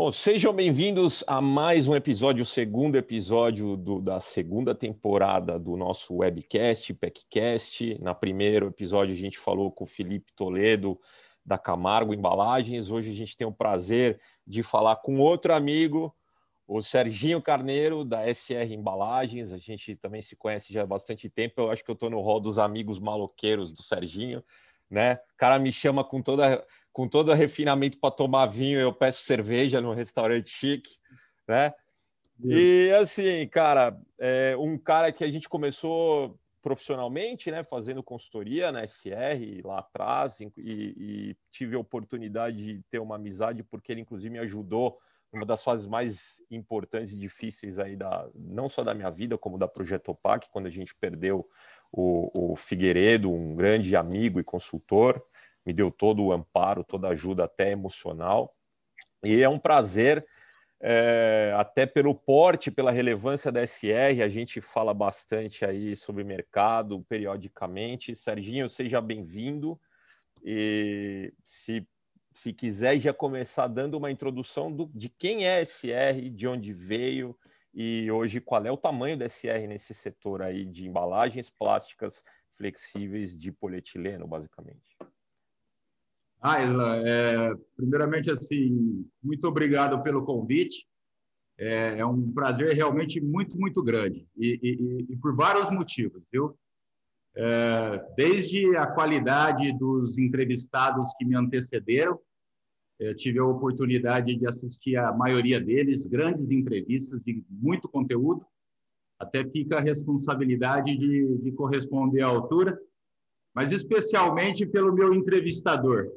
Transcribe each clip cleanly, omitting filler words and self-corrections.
Bom, sejam bem-vindos a mais um episódio, o segundo episódio da segunda temporada do nosso webcast, PECcast. Na primeiro episódio a gente falou com o Felipe Toledo, da Camargo Embalagens. Hoje a gente tem o prazer de falar com outro amigo, o Serginho Carneiro, da SR Embalagens. A gente também se conhece já há bastante tempo. Eu acho que eu estou no rol dos amigos maloqueiros do Serginho, né? O cara me chama com todo refinamento para tomar vinho, eu peço cerveja no restaurante chique, né? E assim, cara, um cara que a gente começou profissionalmente, né, fazendo consultoria na SR lá atrás, e tive a oportunidade de ter uma amizade porque ele inclusive me ajudou numa das fases mais importantes e difíceis aí não só da minha vida, como da Projeto OPAC, quando a gente perdeu o Figueiredo, um grande amigo e consultor, me deu todo o amparo, toda a ajuda até emocional. E é um prazer, até pelo porte, pela relevância da SR, a gente fala bastante aí sobre mercado periodicamente. Serginho, seja bem-vindo. E se quiser já começar dando uma introdução de quem é a SR, de onde veio e hoje qual é o tamanho da SR nesse setor aí de embalagens plásticas flexíveis de polietileno, basicamente. Isla, primeiramente, assim, muito obrigado pelo convite. É um prazer realmente muito, muito grande e por vários motivos, viu? Desde a qualidade dos entrevistados que me antecederam, tive a oportunidade de assistir a maioria deles, grandes entrevistas de muito conteúdo, até fica a responsabilidade de corresponder à altura, mas especialmente pelo meu entrevistador.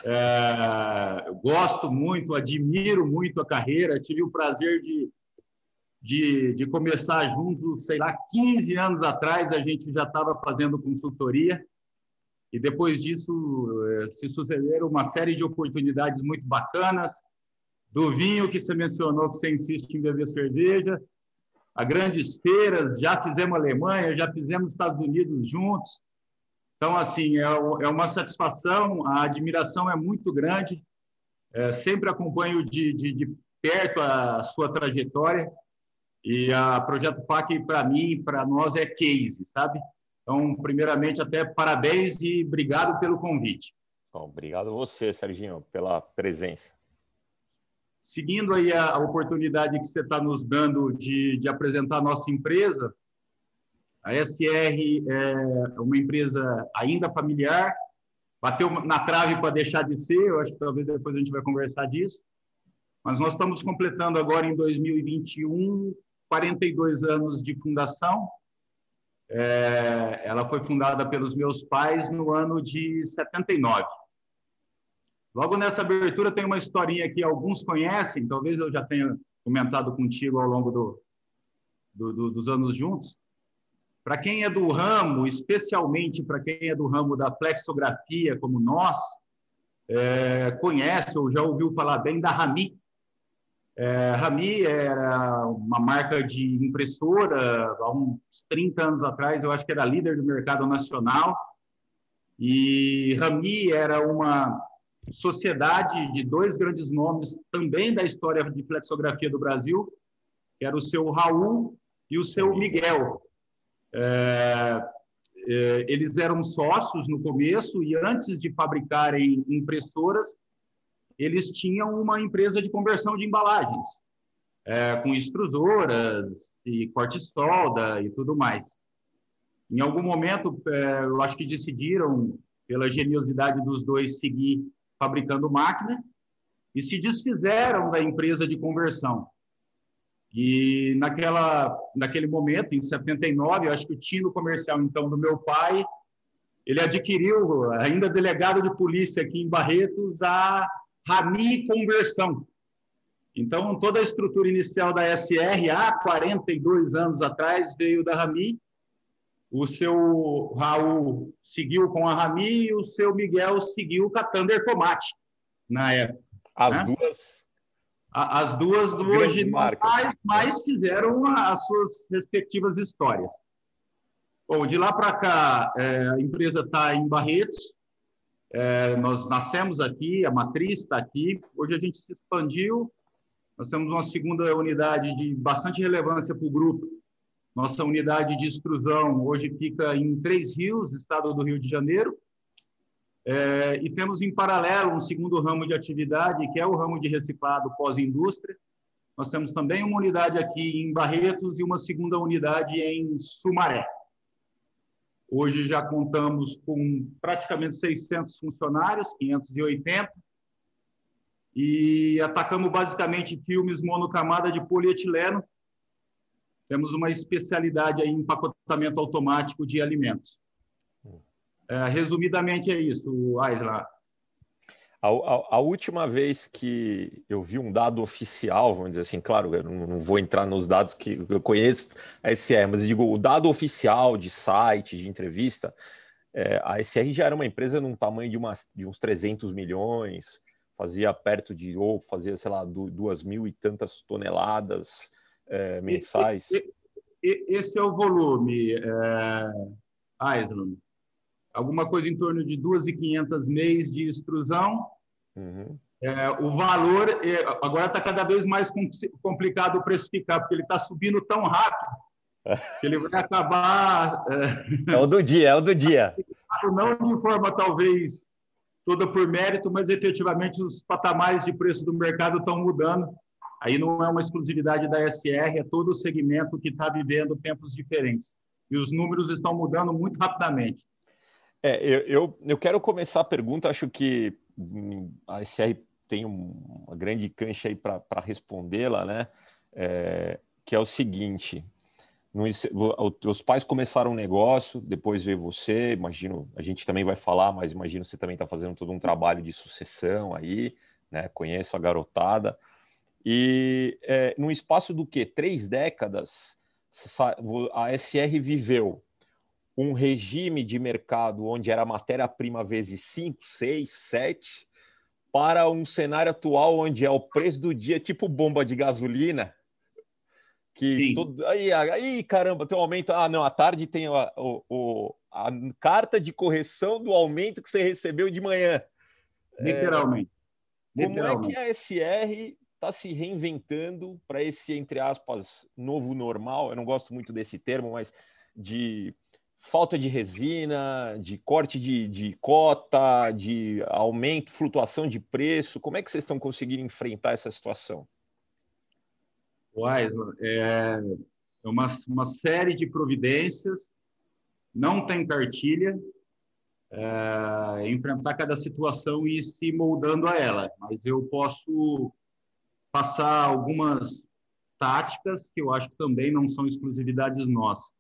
Gosto muito, admiro muito a carreira, tive o prazer de começar junto, sei lá, 15 anos atrás, a gente já estava fazendo consultoria, e depois disso se sucederam uma série de oportunidades muito bacanas, do vinho que você mencionou, que você insiste em beber cerveja, a grandes feiras, já fizemos Alemanha, já fizemos Estados Unidos juntos. Então, assim, é uma satisfação, a admiração é muito grande, sempre acompanho de perto a sua trajetória, e a Projeto PAC, para mim, para nós, é case, sabe? Então, primeiramente, até parabéns e obrigado pelo convite. Bom, obrigado a você, Serginho, pela presença. Seguindo aí a oportunidade que você está nos dando de apresentar a nossa empresa, a SR é uma empresa ainda familiar, bateu na trave para deixar de ser, eu acho que talvez depois a gente vai conversar disso, mas nós estamos completando agora em 2021 42 anos de fundação. Ela foi fundada pelos meus pais no ano de 79. Logo nessa abertura tem uma historinha que alguns conhecem, talvez eu já tenha comentado contigo ao longo dos anos juntos. Para quem é do ramo, especialmente para quem é do ramo da flexografia, como nós, conhece ou já ouviu falar bem da Rami. Rami era uma marca de impressora, há uns 30 anos atrás, eu acho que era líder do mercado nacional, e Rami era uma sociedade de dois grandes nomes também da história de flexografia do Brasil, que era o seu Raul e o seu Miguel. Eles eram sócios no começo e antes de fabricarem impressoras, eles tinham uma empresa de conversão de embalagens, com extrusoras e corte-solda e tudo mais. Em algum momento, eu acho que decidiram, pela geniosidade dos dois, seguir fabricando máquina e se desfizeram da empresa de conversão. E naquele momento, em 79, eu acho que o tino comercial, então, do meu pai, ele adquiriu, ainda delegado de polícia aqui em Barretos, a Rami Conversão. Então, toda a estrutura inicial da SR, há 42 anos atrás, veio da Rami. O seu Raul seguiu com a Rami e o seu Miguel seguiu com a Thunder Tomate, na época. As duas hoje mais fizeram as suas respectivas histórias. Bom, de lá para cá, a empresa está em Barretos. Nós nascemos aqui, a matriz está aqui. Hoje a gente se expandiu Nós temos uma segunda unidade de bastante relevância para o grupo. Nossa unidade de extrusão hoje fica em Três Rios, estado do Rio de Janeiro. E temos, em paralelo, um segundo ramo de atividade, que é o ramo de reciclado pós-indústria. Nós temos também uma unidade aqui em Barretos e uma segunda unidade em Sumaré. Hoje já contamos com praticamente 600 funcionários, 580, e atacamos basicamente filmes monocamada de polietileno. Temos uma especialidade aí em empacotamento automático de alimentos. Resumidamente é isso, Aisla. A última vez que eu vi um dado oficial, vamos dizer assim, claro, eu não vou entrar nos dados que eu conheço a SR, mas eu digo, o dado oficial de site, de entrevista, a SR já era uma empresa num tamanho de uns 300 milhões, fazia perto de, ou fazia, sei lá, 2.000 e tantas toneladas mensais. Esse é o volume, Aislan. Alguma coisa em torno de 2.500 mês de extrusão. Uhum. O valor agora está cada vez mais complicado precificar, porque ele está subindo tão rápido que ele vai acabar... É o do dia. Não de forma, talvez, toda por mérito, mas efetivamente os patamares de preço do mercado estão mudando. Aí não é uma exclusividade da SR, é todo o segmento que está vivendo tempos diferentes. E os números estão mudando muito rapidamente. Eu quero começar a pergunta, acho que a SR tem uma grande cancha aí para respondê-la, né? Que é o seguinte: os pais começaram um negócio, depois veio você, imagino, a gente também vai falar, mas imagino você também está fazendo todo um trabalho de sucessão aí, né? Conheço a garotada. E num espaço do quê? 3 décadas, a SR viveu um regime de mercado onde era matéria-prima vezes 5, 6, 7, para um cenário atual onde é o preço do dia, tipo bomba de gasolina, que todo... aí, caramba, tem um aumento. Não, à tarde tem a carta de correção do aumento que você recebeu de manhã. Literalmente. Como é que a SR está se reinventando para esse, entre aspas, novo normal? Eu não gosto muito desse termo, mas de falta de resina, de corte de cota, de aumento, flutuação de preço. Como é que vocês estão conseguindo enfrentar essa situação? É uma série de providências, não tem cartilha, enfrentar cada situação e ir se moldando a ela. Mas eu posso passar algumas táticas que eu acho que também não são exclusividades nossas.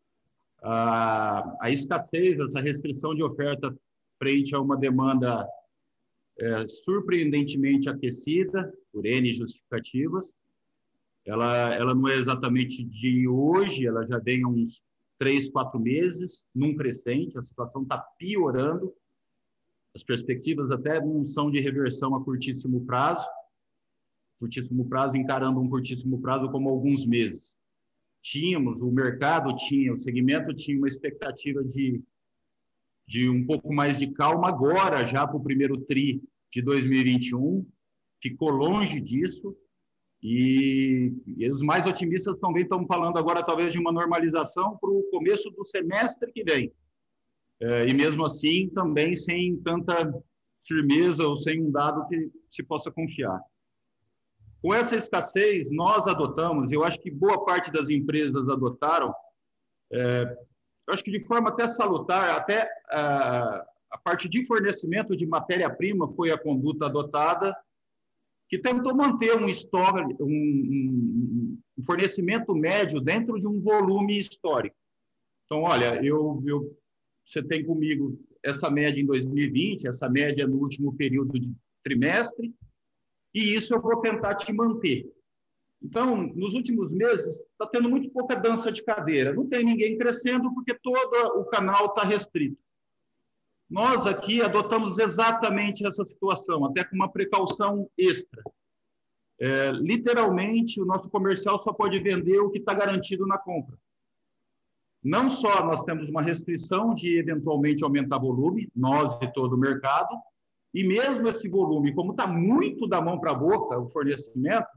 A escassez, essa restrição de oferta frente a uma demanda surpreendentemente aquecida, por N justificativas, ela não é exatamente de hoje, ela já vem há uns 3, 4 meses, num crescente, a situação está piorando, as perspectivas até não são de reversão a curtíssimo prazo, encarando um curtíssimo prazo como alguns meses. O mercado tinha, o segmento tinha uma expectativa de um pouco mais de calma agora, já para o primeiro TRI de 2021, ficou longe disso, e os mais otimistas também estão falando agora talvez de uma normalização para o começo do semestre que vem. E mesmo assim, também sem tanta firmeza ou sem um dado que se possa confiar. Com essa escassez, nós adotamos, eu acho que boa parte das empresas adotaram, eu acho que de forma até salutar, até a parte de fornecimento de matéria-prima foi a conduta adotada, que tentou manter um estoque, um fornecimento médio dentro de um volume histórico. Então, olha, você tem comigo essa média em 2020, essa média no último período de trimestre, e isso eu vou tentar te manter. Então, nos últimos meses, está tendo muito pouca dança de cadeira. Não tem ninguém crescendo porque todo o canal está restrito. Nós aqui adotamos exatamente essa situação, até com uma precaução extra. Literalmente, o nosso comercial só pode vender o que está garantido na compra. Não só nós temos uma restrição de eventualmente aumentar volume, nós e todo o mercado, e mesmo esse volume, como está muito da mão para a boca, o fornecimento,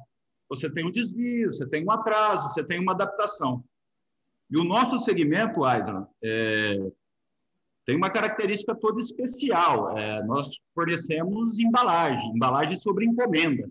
você tem um desvio, você tem um atraso, você tem uma adaptação. E o nosso segmento, Aislan, tem uma característica toda especial. Nós fornecemos embalagem sobre encomenda,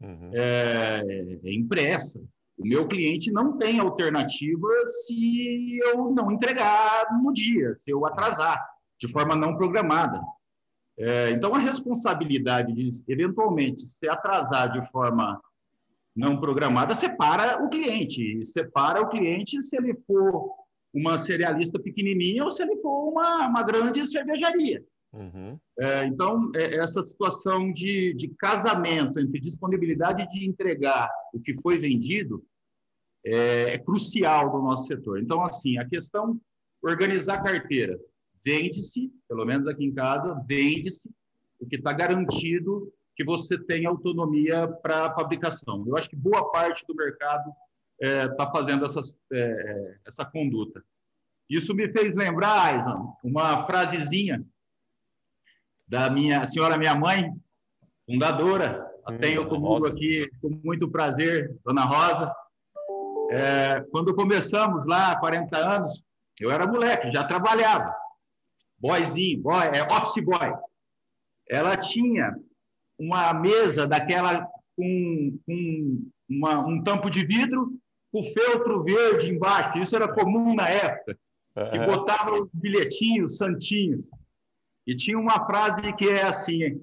impressa. O meu cliente não tem alternativa se eu não entregar no dia, se eu atrasar, de forma não programada. Então, a responsabilidade de, eventualmente, se atrasar de forma não programada, separa o cliente. Separa o cliente se ele for uma cerealista pequenininha ou se ele for uma grande cervejaria. Então, essa situação de casamento entre disponibilidade de entregar o que foi vendido é crucial do nosso setor. Então, assim, a questão organizar a carteira. Vende-se, pelo menos aqui em casa, vende-se o que está garantido que você tem autonomia para a fabricação. Eu acho que boa parte do mercado está fazendo essa conduta. Isso me fez lembrar, Aislan, uma frasezinha da minha senhora, minha mãe, fundadora, a tenho comigo aqui com muito prazer, Dona Rosa. Quando começamos lá, há 40 anos, eu era moleque, já trabalhava. Boyzinho, office boy. Ela tinha uma mesa daquela com um tampo de vidro, com feltro verde embaixo. Isso era comum na época. E botava os bilhetinhos, santinhos. E tinha uma frase que é assim,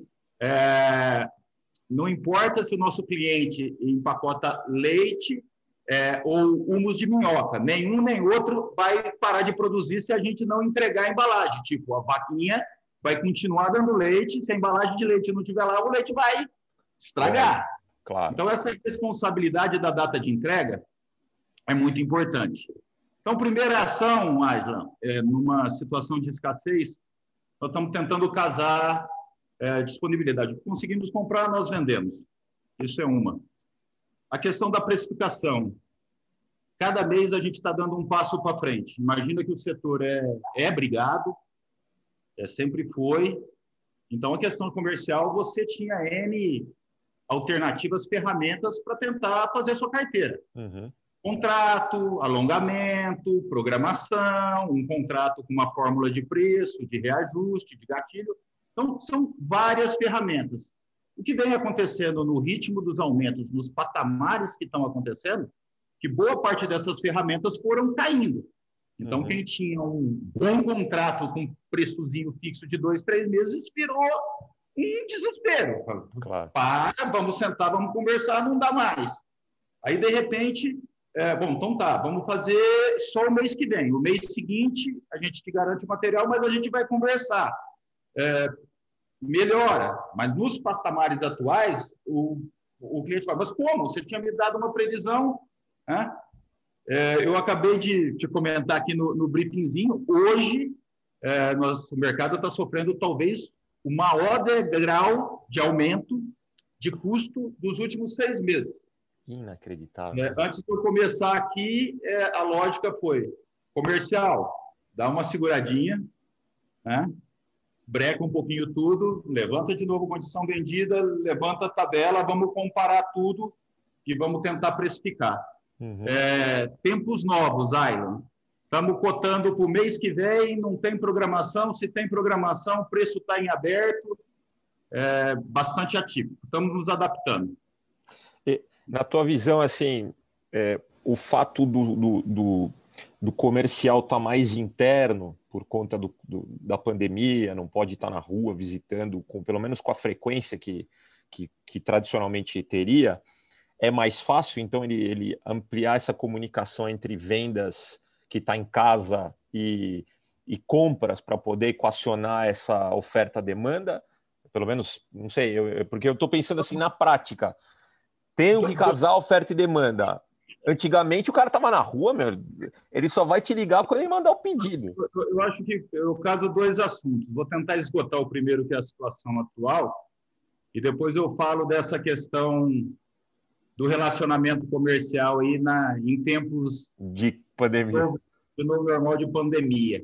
não importa se o nosso cliente empacota leite ou humus de minhoca, nenhum nem outro vai parar de produzir se a gente não entregar a embalagem. Tipo, a vaquinha vai continuar dando leite, se a embalagem de leite não estiver lá, o leite vai estragar. Claro. Então, essa responsabilidade da data de entrega é muito importante. Então, primeira ação, Aislan, numa situação de escassez, nós estamos tentando casar disponibilidade. Conseguimos comprar, nós vendemos. Isso é uma. A questão da precificação. Cada mês a gente está dando um passo para frente. Imagina que o setor é brigado, sempre foi. Então, a questão comercial, você tinha N alternativas, ferramentas para tentar fazer a sua carteira. Contrato, alongamento, programação, um contrato com uma fórmula de preço, de reajuste, de gatilho. Então, são várias ferramentas. O que vem acontecendo no ritmo dos aumentos, nos patamares que estão acontecendo, que boa parte dessas ferramentas foram caindo. Então, quem tinha um bom contrato com preçozinho fixo de 2, 3 meses, virou um desespero. Claro. Vamos sentar, vamos conversar, não dá mais. Aí, de repente, então tá, vamos fazer só o mês que vem. O mês seguinte, a gente te garante o material, mas a gente vai conversar. Melhora, mas nos patamares atuais, o cliente fala, mas como? Você tinha me dado uma previsão, né? Eu acabei de te comentar aqui no briefingzinho, hoje o mercado está sofrendo talvez o maior degrau de aumento de custo dos últimos 6 meses. Inacreditável. Antes de eu começar aqui, a lógica foi comercial, dá uma seguradinha, né? Breca um pouquinho tudo, levanta de novo condição vendida, levanta a tabela, vamos comparar tudo e vamos tentar precificar. Tempos novos, Aislan. Estamos cotando para o mês que vem, não tem programação. Se tem programação, o preço está em aberto. Bastante atípico. Estamos nos adaptando. E, na tua visão, assim, o fato do comercial estar mais interno por conta da pandemia, não pode estar na rua visitando, pelo menos com a frequência que tradicionalmente teria, é mais fácil, então, ele ampliar essa comunicação entre vendas que está em casa e compras para poder equacionar essa oferta-demanda? Pelo menos, não sei, porque eu estou pensando assim na prática. Tenho que casar oferta e demanda. Antigamente o cara estava na rua, ele só vai te ligar quando ele mandar o pedido. Eu acho que eu caso 2 assuntos. Vou tentar esgotar o primeiro, que é a situação atual, e depois eu falo dessa questão do relacionamento comercial aí em tempos de pandemia, do novo normal de pandemia.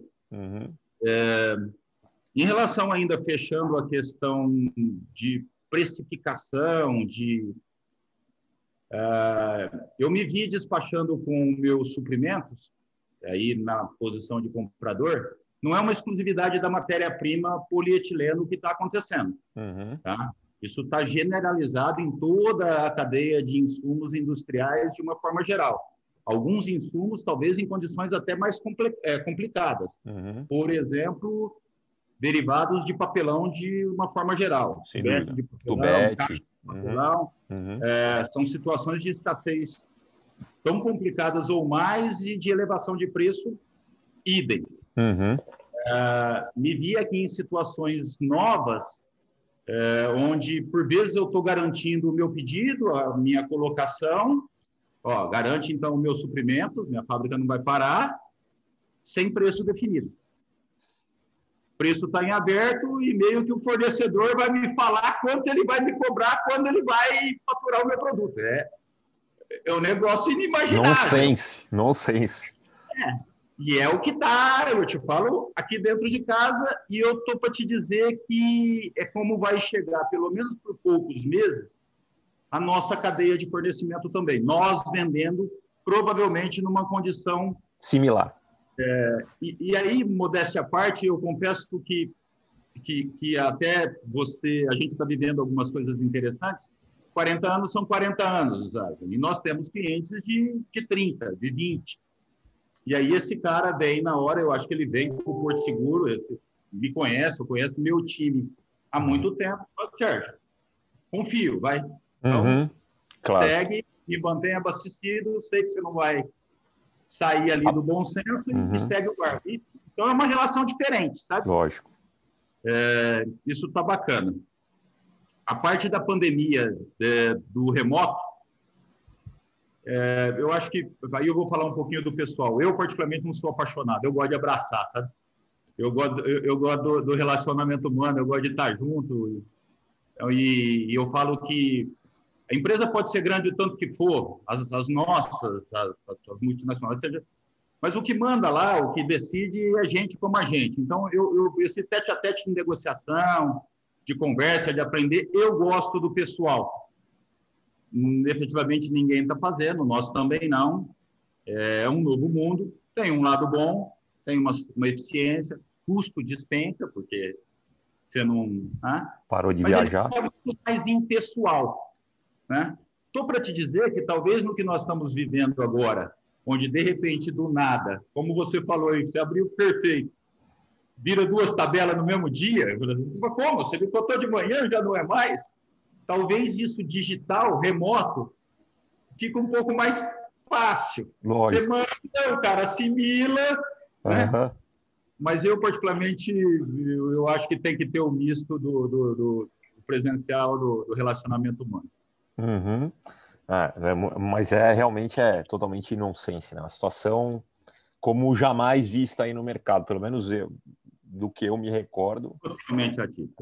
Em relação ainda, fechando a questão de precificação, Eu me vi despachando com meus suprimentos, aí na posição de comprador, não é uma exclusividade da matéria-prima polietileno que está acontecendo. Tá? Isso está generalizado em toda a cadeia de insumos industriais de uma forma geral. Alguns insumos, talvez em condições até mais complicadas. Por exemplo, derivados de papelão de uma forma geral. Sem dúvida. De papelão, Tubete. caixa de papelão. São situações de escassez tão complicadas ou mais e de elevação de preço, idem. Me vi aqui em situações novas, onde, por vezes, eu estou garantindo o meu pedido, a minha colocação, garante, então, meus suprimentos, minha fábrica não vai parar, sem preço definido. O preço está em aberto e meio que o fornecedor vai me falar quanto ele vai me cobrar, quando ele vai faturar o meu produto. É um negócio inimaginável. Nonsense. E é o que está, eu te falo, aqui dentro de casa, e eu estou para te dizer que é como vai chegar, pelo menos por poucos meses, a nossa cadeia de fornecimento também. Nós vendendo, provavelmente, numa condição similar. E aí, modéstia à parte, eu confesso que até a gente está vivendo algumas coisas interessantes. 40 anos são 40 anos, sabe? E nós temos clientes de 30, de 20. E aí esse cara vem na hora, eu acho que ele vem com o Porto Seguro, me conhece, eu conheço meu time há muito tempo. Sérgio, confio, vai. Então, claro. segue, me mantém abastecido, sei que você não vai sair ali do bom senso e segue o barco. Então é uma relação diferente, sabe? Lógico. Isso está bacana. A parte da pandemia, do remoto, eu acho que, aí eu vou falar um pouquinho do pessoal. Eu, particularmente, não sou apaixonado, eu gosto de abraçar, sabe? Eu gosto do relacionamento humano, eu gosto de estar junto. E eu falo que a empresa pode ser grande o tanto que for, as nossas, as multinacionais, mas o que manda lá, o que decide é gente como a gente. Então, esse tete-a-tete de negociação, de conversa, de aprender, eu gosto do pessoal. Efetivamente, ninguém está fazendo, nós também não. É um novo mundo, tem um lado bom, tem uma eficiência, custo despenca, porque você não... Parou de viajar. Mas é muito mais impessoal. Estou para te dizer que talvez no que nós estamos vivendo agora, onde de repente do nada, como você falou aí, você abriu perfeito, vira 2 tabelas no mesmo dia, como? Você me contou de manhã, já não é mais? Talvez isso digital, remoto, fica um pouco mais fácil. Lógico. Você manda, o cara assimila, né? Mas eu particularmente, eu acho que tem que ter o misto do presencial, do relacionamento humano. Mas realmente totalmente nonsense, né? Uma situação como jamais vista aí no mercado, pelo menos do que eu me recordo. Totalmente atípico.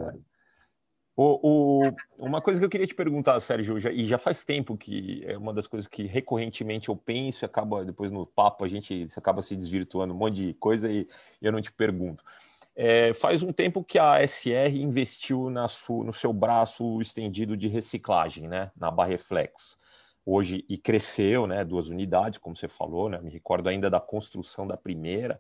Uma coisa que eu queria te perguntar, Sérgio, já faz tempo que é uma das coisas que recorrentemente eu penso e acaba depois no papo você acaba se desvirtuando um monte de coisa e eu não te pergunto. Faz um tempo que a SR investiu no seu braço estendido de reciclagem, né, na Barreflex. Hoje, e cresceu, né, 2 unidades, como você falou, né, me recordo ainda da construção da primeira.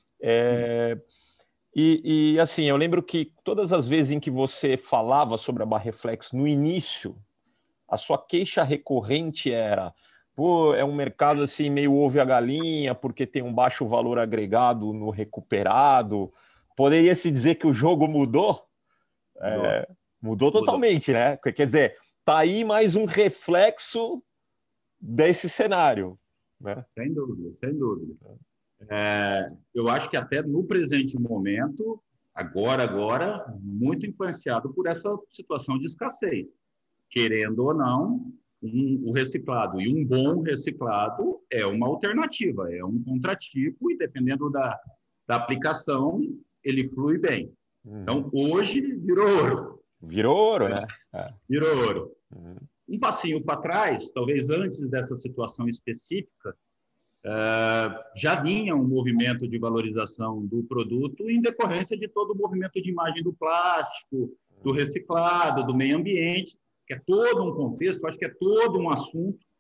E assim, eu lembro que todas as vezes em que você falava sobre a Barreflex no início, a sua queixa recorrente era: pô, é um mercado assim meio ovo e a galinha, porque tem um baixo valor agregado no recuperado. Poderia-se dizer que o jogo mudou? Mudou totalmente, né? Quer dizer, tá aí mais um reflexo desse cenário, né? Sem dúvida, sem dúvida. Eu acho que até no presente momento, agora, muito influenciado por essa situação de escassez. Querendo ou não, o reciclado e um bom reciclado é uma alternativa, é um contratipo e dependendo da aplicação, ele flui bem. Então, hoje, virou ouro. Virou ouro, né? Virou ouro. Um passinho para trás, talvez antes dessa situação específica, já vinha um movimento de valorização do produto em decorrência de todo o movimento de imagem do plástico, do reciclado, do meio ambiente, que é todo um contexto, acho que é todo um assunto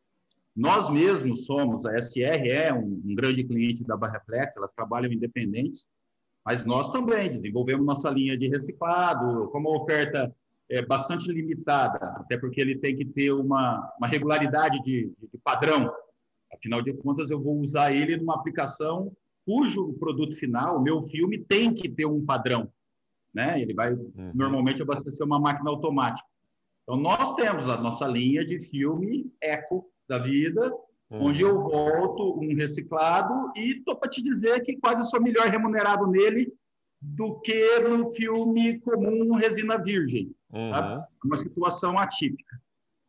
Nós mesmos somos, a SR é um grande cliente da Barreflex, elas trabalham independentes, mas nós também desenvolvemos nossa linha de reciclado, como a oferta é bastante limitada, até porque ele tem que ter uma regularidade de padrão. Afinal de contas, eu vou usar ele numa aplicação cujo produto final, o meu filme, tem que ter um padrão, né? Ele vai normalmente abastecer uma máquina automática. Então, nós temos a nossa linha de filme eco da vida, onde eu volto um reciclado e estou para te dizer que quase sou melhor remunerado nele do que no filme comum resina virgem. Tá? Uma situação atípica.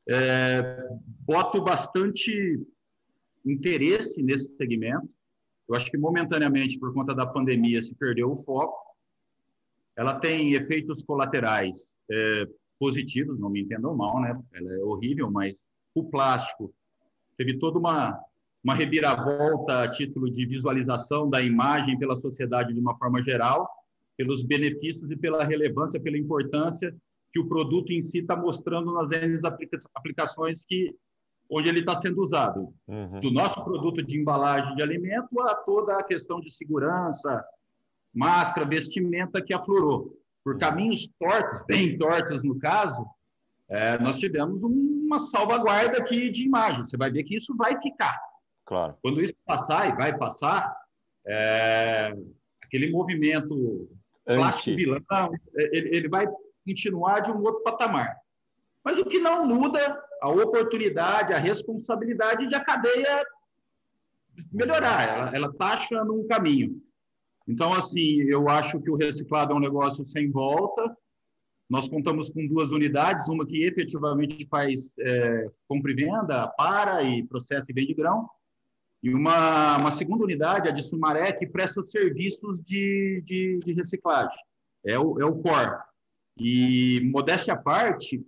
Boto bastante interesse nesse segmento. Eu acho que momentaneamente, por conta da pandemia, se perdeu o foco. Ela tem efeitos colaterais positivos, não me entendam mal, né? Ela é horrível, mas o plástico teve toda uma reviravolta a título de visualização da imagem pela sociedade de uma forma geral, pelos benefícios e pela relevância, pela importância que o produto em si está mostrando nas aplicações onde ele está sendo usado. Do nosso produto de embalagem de alimento a toda a questão de segurança, máscara, vestimenta que aflorou. Por caminhos tortos, bem tortos no caso, nós tivemos uma salvaguarda aqui de imagem. Você vai ver que isso vai ficar. Claro. Quando isso passar, e vai passar, aquele movimento plástico vilão, ele vai continuar de um outro patamar. Mas o que não muda a oportunidade, a responsabilidade de a cadeia melhorar. Ela está achando um caminho. Então, assim, eu acho que o reciclado é um negócio sem volta. Nós contamos com 2 unidades, uma que efetivamente faz compra e venda, para e processa e vende grão, e uma segunda unidade, a de Sumaré, que presta serviços de reciclagem. É o core. E, modéstia à parte,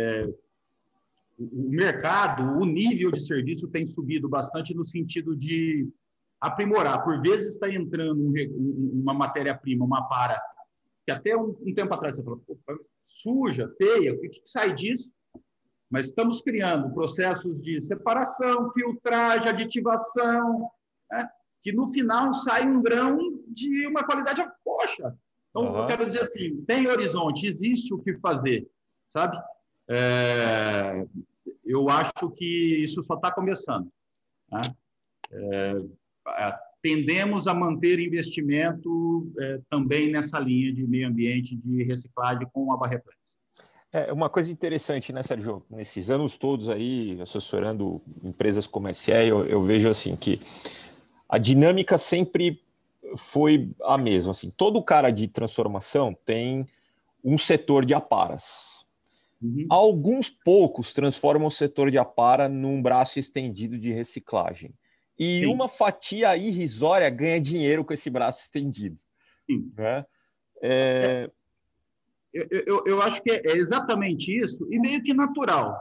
o mercado, o nível de serviço tem subido bastante no sentido de aprimorar. Por vezes está entrando uma matéria-prima, uma para, que até um tempo atrás você falou, suja, feia, o que sai disso? Mas estamos criando processos de separação, filtragem, aditivação, né? Que no final sai um grão de uma qualidade, poxa! Então, eu quero dizer assim, tem horizonte, existe o que fazer, sabe? Eu acho que isso só está começando. Né? Tendemos a manter investimento também nessa linha de meio ambiente, de reciclagem com a Barreflex. Uma coisa interessante, né, Sérgio? Nesses anos todos aí, assessorando empresas como a SE, eu vejo assim que a dinâmica sempre foi a mesma. Assim, todo cara de transformação tem um setor de aparas. Alguns poucos transformam o setor de apara num braço estendido de reciclagem. E Sim. Uma fatia irrisória ganha dinheiro com esse braço estendido. Sim. Né? Eu acho que é exatamente isso, e meio que natural.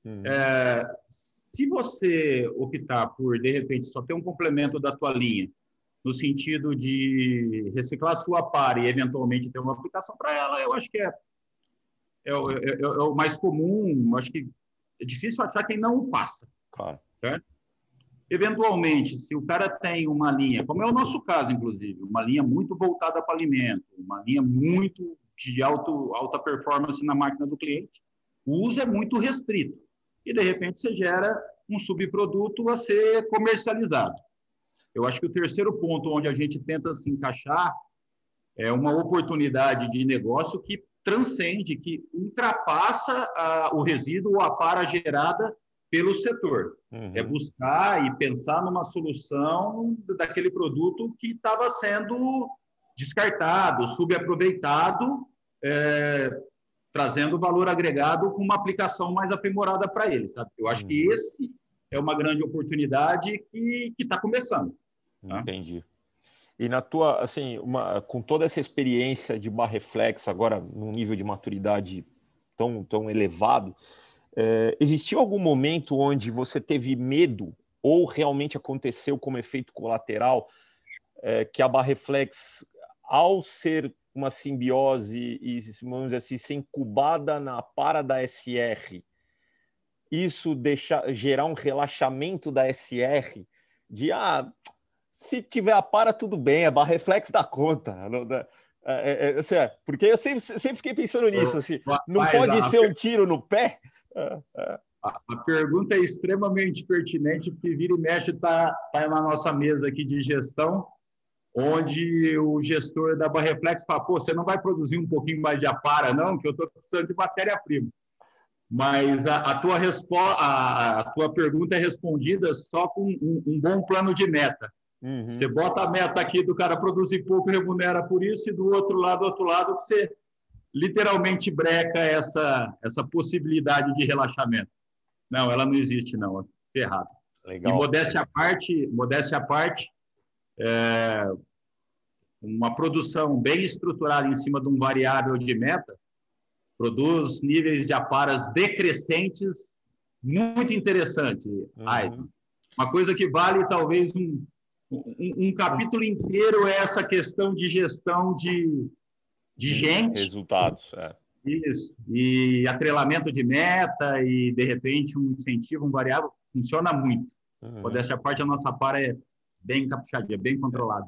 Se você optar por, de repente, só ter um complemento da tua linha, no sentido de reciclar a sua apara e, eventualmente, ter uma aplicação para ela, eu acho que é o mais comum. Acho que é difícil achar quem não o faça. Claro. Certo? Eventualmente, se o cara tem uma linha, como é o nosso caso, inclusive, uma linha muito voltada para alimento, uma linha muito de alta performance na máquina do cliente, o uso é muito restrito. E, de repente, você gera um subproduto a ser comercializado. Eu acho que o terceiro ponto onde a gente tenta se encaixar é uma oportunidade de negócio que transcende, que ultrapassa o resíduo ou a para gerada pelo setor. É buscar e pensar numa solução daquele produto que estava sendo descartado, subaproveitado, trazendo valor agregado com uma aplicação mais aprimorada para ele. Sabe? Eu acho que esse é uma grande oportunidade que está começando. Tá? Entendi. E na tua, assim, com toda essa experiência de Barreflex, agora num nível de maturidade tão elevado, existiu algum momento onde você teve medo ou realmente aconteceu como efeito colateral que a Barreflex, ao ser uma simbiose e, vamos dizer assim, ser incubada na para da SR, isso gerar um relaxamento da SR de se tiver a para, tudo bem, é reflexo da conta. Porque eu sempre fiquei pensando nisso, assim, não pode ser um tiro no pé? A pergunta é extremamente pertinente, porque vira e mexe está na nossa mesa aqui de gestão, onde o gestor da Barreflex fala, pô, você não vai produzir um pouquinho mais de apara, não, que eu estou precisando de matéria-prima. Mas a tua pergunta é respondida só com um bom plano de meta. Uhum. Você bota a meta aqui do cara produzir pouco, remunera por isso, e do outro lado, você literalmente breca essa possibilidade de relaxamento. Não, ela não existe, não. É ferrado. Legal. E modéstia à parte, uma produção bem estruturada em cima de um variável de meta produz níveis de aparas decrescentes muito interessante. Uhum. Uma coisa que vale talvez um capítulo inteiro é essa questão de gestão de gente. Resultados, Isso. E atrelamento de meta e, de repente, um incentivo, um variável, funciona muito. Modéstia à parte, a nossa para é bem capuchadinha, bem controlada.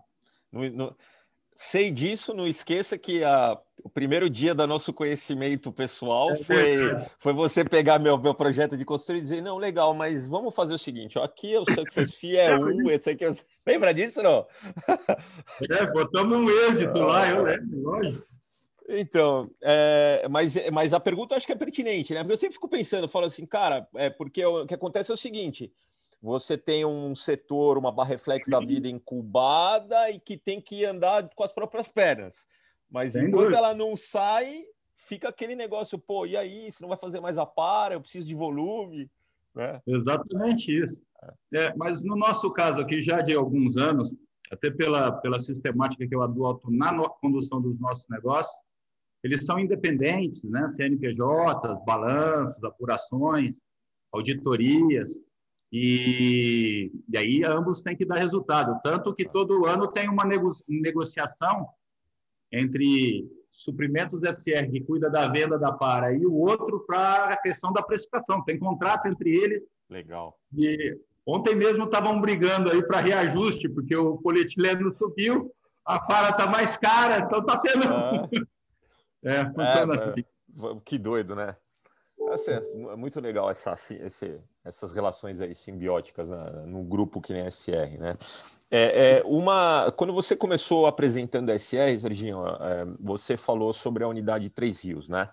Sei disso, não esqueça que o primeiro dia do nosso conhecimento pessoal foi você pegar meu projeto de consultoria e dizer, não, legal, mas vamos fazer o seguinte, aqui eu sei que vocês esse aqui... Lembra disso, não? Botamos um êxito lá, eu lembro, lógico. Então, mas a pergunta eu acho que é pertinente, né? Porque eu sempre fico pensando, falo assim, cara, porque o que acontece é o seguinte, você tem um setor, uma Barreflex da vida incubada e que tem que andar com as próprias pernas. Mas enquanto ela não sai, fica aquele negócio, pô, e aí, você não vai fazer mais a para, eu preciso de volume, né? Exatamente isso. Mas no nosso caso aqui, já de alguns anos, até pela sistemática que eu adoto na condução dos nossos negócios, eles são independentes, né? CNPJs, balanços, apurações, auditorias, e aí ambos têm que dar resultado. Tanto que todo ano tem uma negociação entre Suprimentos SR, que cuida da venda da para, e o outro para a questão da precificação. Tem contrato entre eles. Legal. E ontem mesmo estavam brigando aí para reajuste, porque o polietileno subiu, a para está mais cara, então está tendo... funciona assim. Que doido, né? É muito legal essas relações aí simbióticas no grupo que nem a SR, né? Quando você começou apresentando a SR, Serginho, você falou sobre a unidade Três Rios, né?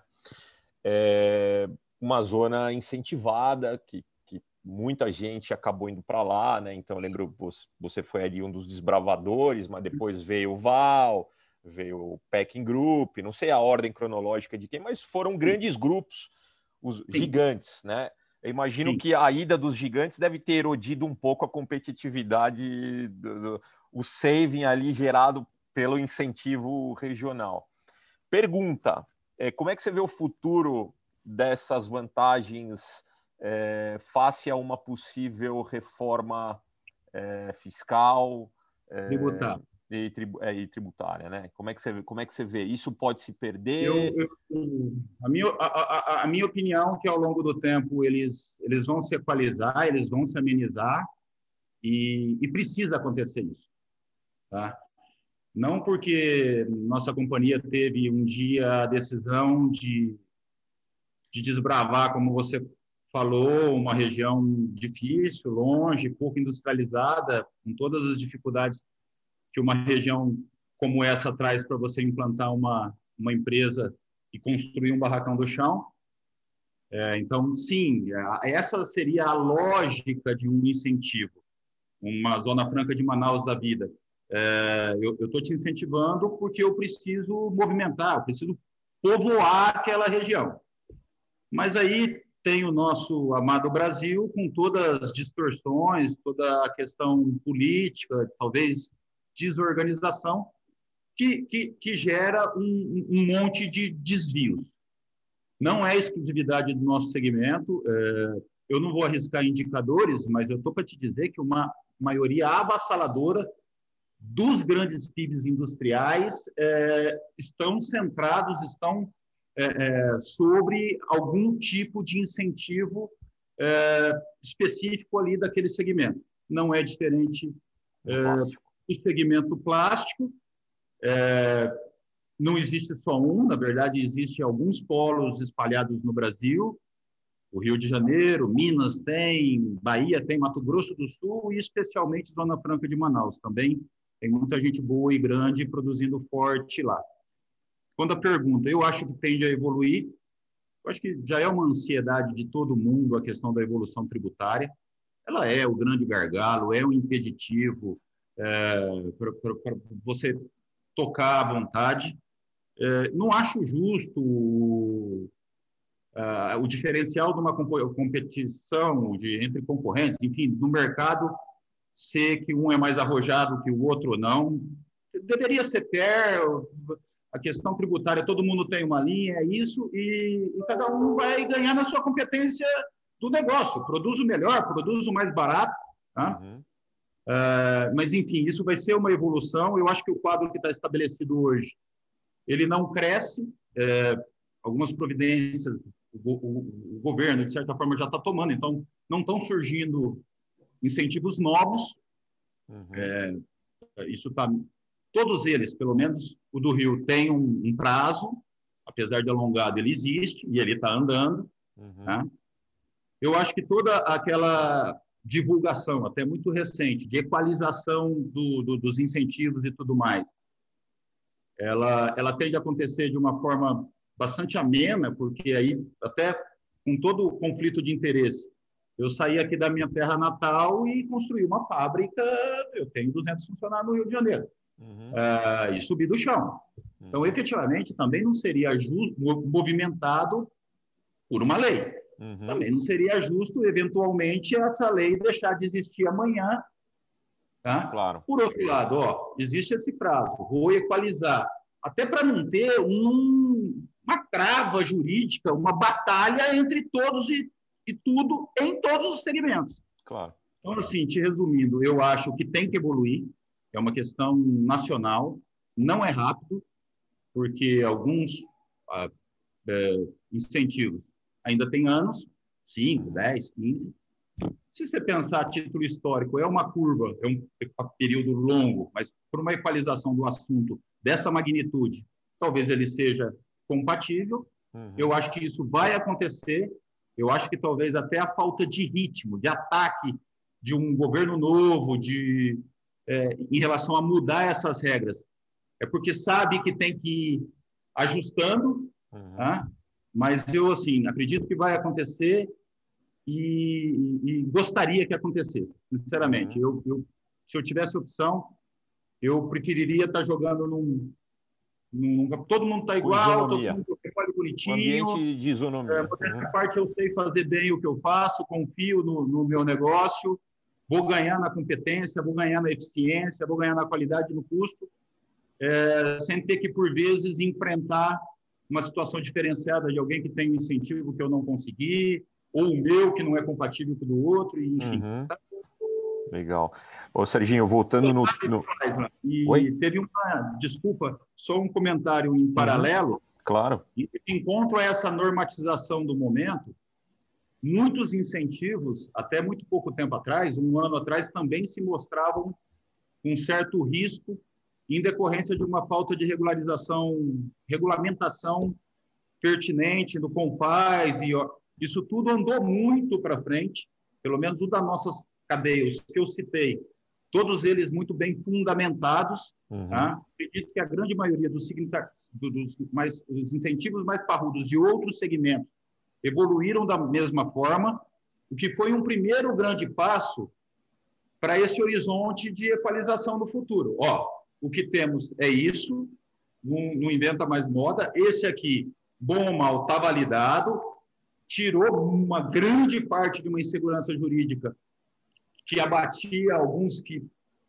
Uma zona incentivada que muita gente acabou indo para lá, né? Então, eu lembro, você foi ali um dos desbravadores, mas depois veio o Val, veio o Packing Group, não sei a ordem cronológica de quem, mas foram grandes grupos, os gigantes, né? Eu imagino que a ida dos gigantes deve ter erodido um pouco a competitividade, o saving ali gerado pelo incentivo regional. Pergunta, como é que você vê o futuro dessas vantagens face a uma possível reforma fiscal e tributária, né? Como é que você vê? Isso pode se perder? A minha opinião é que ao longo do tempo eles vão se equalizar, eles vão se amenizar e precisa acontecer isso, tá? Não porque nossa companhia teve um dia a decisão de desbravar, como você falou, uma região difícil, longe, pouco industrializada, com todas as dificuldades que uma região como essa traz para você implantar uma empresa e construir um barracão do chão. Então, sim, essa seria a lógica de um incentivo, uma Zona Franca de Manaus da vida. Eu estou te incentivando porque eu preciso movimentar, eu preciso povoar aquela região. Mas aí tem o nosso amado Brasil, com todas as distorções, toda a questão política, talvez desorganização, que gera um monte de desvios. Não é exclusividade do nosso segmento, eu não vou arriscar indicadores, mas eu estou para te dizer que uma maioria avassaladora dos grandes PIBs industriais estão centrados, estão sobre algum tipo de incentivo específico ali daquele segmento. Não é diferente do segmento plástico. Não existe só um, na verdade, existem alguns polos espalhados no Brasil. O Rio de Janeiro, Minas tem, Bahia tem, Mato Grosso do Sul e especialmente Zona Franca de Manaus também. Tem muita gente boa e grande produzindo forte lá. Quando a pergunta, eu acho que tende a evoluir, eu acho que já é uma ansiedade de todo mundo a questão da evolução tributária. Ela é o grande gargalo, é o impeditivo para você tocar à vontade. Não acho justo o diferencial de uma competição entre concorrentes, enfim, no mercado, ser que um é mais arrojado que o outro ou não. Deveria ser fair, a questão tributária, todo mundo tem uma linha, é isso, e cada um vai ganhar na sua competência do negócio. Produz o melhor, produz o mais barato. Tá? Uhum. Mas, enfim, isso vai ser uma evolução. Eu acho que o quadro que está estabelecido hoje, ele não cresce. Algumas providências o governo, de certa forma, já está tomando. Então, não estão surgindo incentivos novos. Uhum. Isso está... Todos eles, pelo menos o do Rio, tem um prazo, apesar de alongado, ele existe e ele está andando. Uhum. Tá? Eu acho que toda aquela divulgação, até muito recente, de equalização dos incentivos e tudo mais, ela tende a acontecer de uma forma bastante amena, porque aí, até com todo o conflito de interesse, eu saí aqui da minha terra natal e construí uma fábrica, eu tenho 200 funcionários no Rio de Janeiro. Uhum. E subi do chão. Uhum. Então, efetivamente, também não seria justo, movimentado por uma lei. Uhum. Também não seria justo, eventualmente, essa lei deixar de existir amanhã. Tá? Claro. Por outro lado, existe esse prazo, vou equalizar, até para não ter uma trava jurídica, uma batalha entre todos e tudo em todos os segmentos. Claro. Então, assim, te resumindo, eu acho que tem que evoluir, é uma questão nacional, não é rápido, porque alguns incentivos ainda têm anos, 5, 10, 15. Se você pensar a título histórico, é uma curva, é um período longo, mas por uma equalização do assunto dessa magnitude, talvez ele seja compatível. Uhum. Eu acho que isso vai acontecer. Eu acho que talvez até a falta de ritmo, de ataque de um governo novo, em relação a mudar essas regras. É porque sabe que tem que ir ajustando, uhum. Tá? Mas eu, assim, acredito que vai acontecer e gostaria que acontecesse, sinceramente. Uhum. Se eu tivesse opção, eu preferiria estar jogando todo mundo está igual, todo mundo trabalha bonitinho. Um ambiente de isonomia. Nessa parte eu sei fazer bem o que eu faço, confio no meu negócio, vou ganhar na competência, vou ganhar na eficiência, vou ganhar na qualidade, no custo, sem ter que, por vezes, enfrentar uma situação diferenciada de alguém que tem um incentivo que eu não consegui, ou o meu que não é compatível com o do outro, enfim. Uhum. Legal. Ô, Serginho, voltando no... E teve desculpa, só um comentário em paralelo. Claro. E encontro essa normatização do momento, muitos incentivos, até muito pouco tempo atrás, um ano atrás, também se mostravam um certo risco em decorrência de uma falta de regulamentação pertinente no CONFAS, e isso tudo andou muito para frente, pelo menos o das nossas cadeias que eu citei, todos eles muito bem fundamentados. Uhum. Tá? Acredito que a grande maioria dos incentivos mais parrudos de outros segmentos evoluíram da mesma forma, o que foi um primeiro grande passo para esse horizonte de equalização no futuro. O que temos é isso, não inventa mais moda, esse aqui, bom ou mal, está validado, tirou uma grande parte de uma insegurança jurídica que abatia alguns que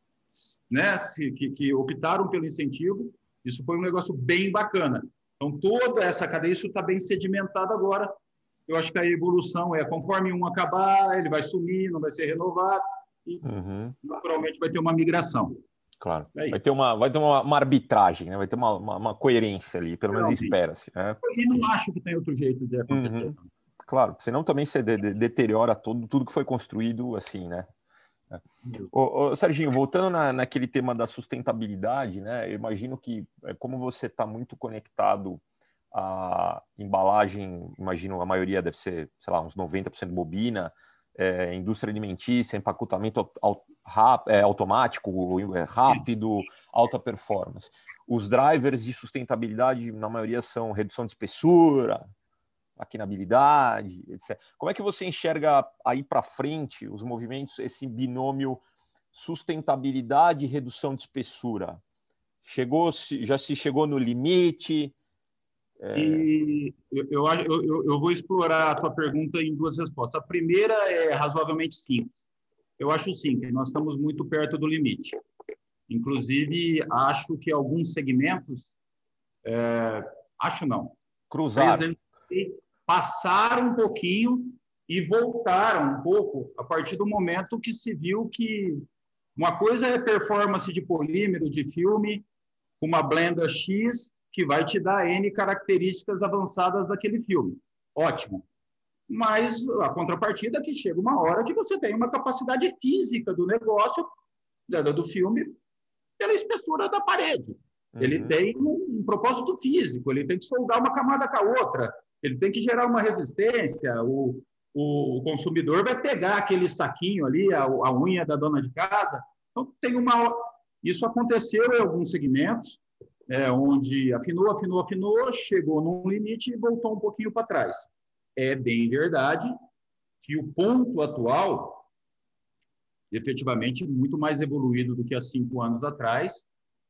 optaram pelo incentivo. Isso foi um negócio bem bacana. Então, toda essa cadeia, isso está bem sedimentado agora. Eu acho que a evolução conforme um acabar, ele vai sumir, não vai ser renovado, e naturalmente vai ter uma migração. Claro. Vai ter uma arbitragem, né? Vai ter uma coerência ali, pelo menos espera-se. Né? E não acho que tem outro jeito de acontecer. Claro, senão também você deteriora tudo que foi construído assim, né? Serginho, voltando naquele tema da sustentabilidade, né? Eu imagino que, como você está muito conectado à embalagem, imagino a maioria deve ser, sei lá, uns 90% bobina, indústria alimentícia, empacotamento automático, rápido, alta performance. Os drivers de sustentabilidade, na maioria, são redução de espessura, maquinabilidade, etc. Como é que você enxerga aí para frente os movimentos, esse binômio sustentabilidade e redução de espessura? Já se chegou no limite? E eu vou explorar a tua pergunta em duas respostas. A primeira é razoavelmente simples. Eu acho sim que nós estamos muito perto do limite. Inclusive, acho que alguns segmentos, acho não, Cruzar. passaram um pouquinho e voltaram um pouco a partir do momento que se viu que uma coisa é performance de polímero, de filme, com uma blenda X, que vai te dar N características avançadas daquele filme. Ótimo. Mas a contrapartida é que chega uma hora que você tem uma capacidade física do negócio, do filme, pela espessura da parede. Ele tem um propósito físico, ele tem que soldar uma camada com a outra, ele tem que gerar uma resistência, o consumidor vai pegar aquele saquinho ali, a unha da dona de casa. Então, isso aconteceu em alguns segmentos, onde afinou, chegou num limite e voltou um pouquinho para trás. É bem verdade que o ponto atual, efetivamente, muito mais evoluído do que há 5 anos atrás.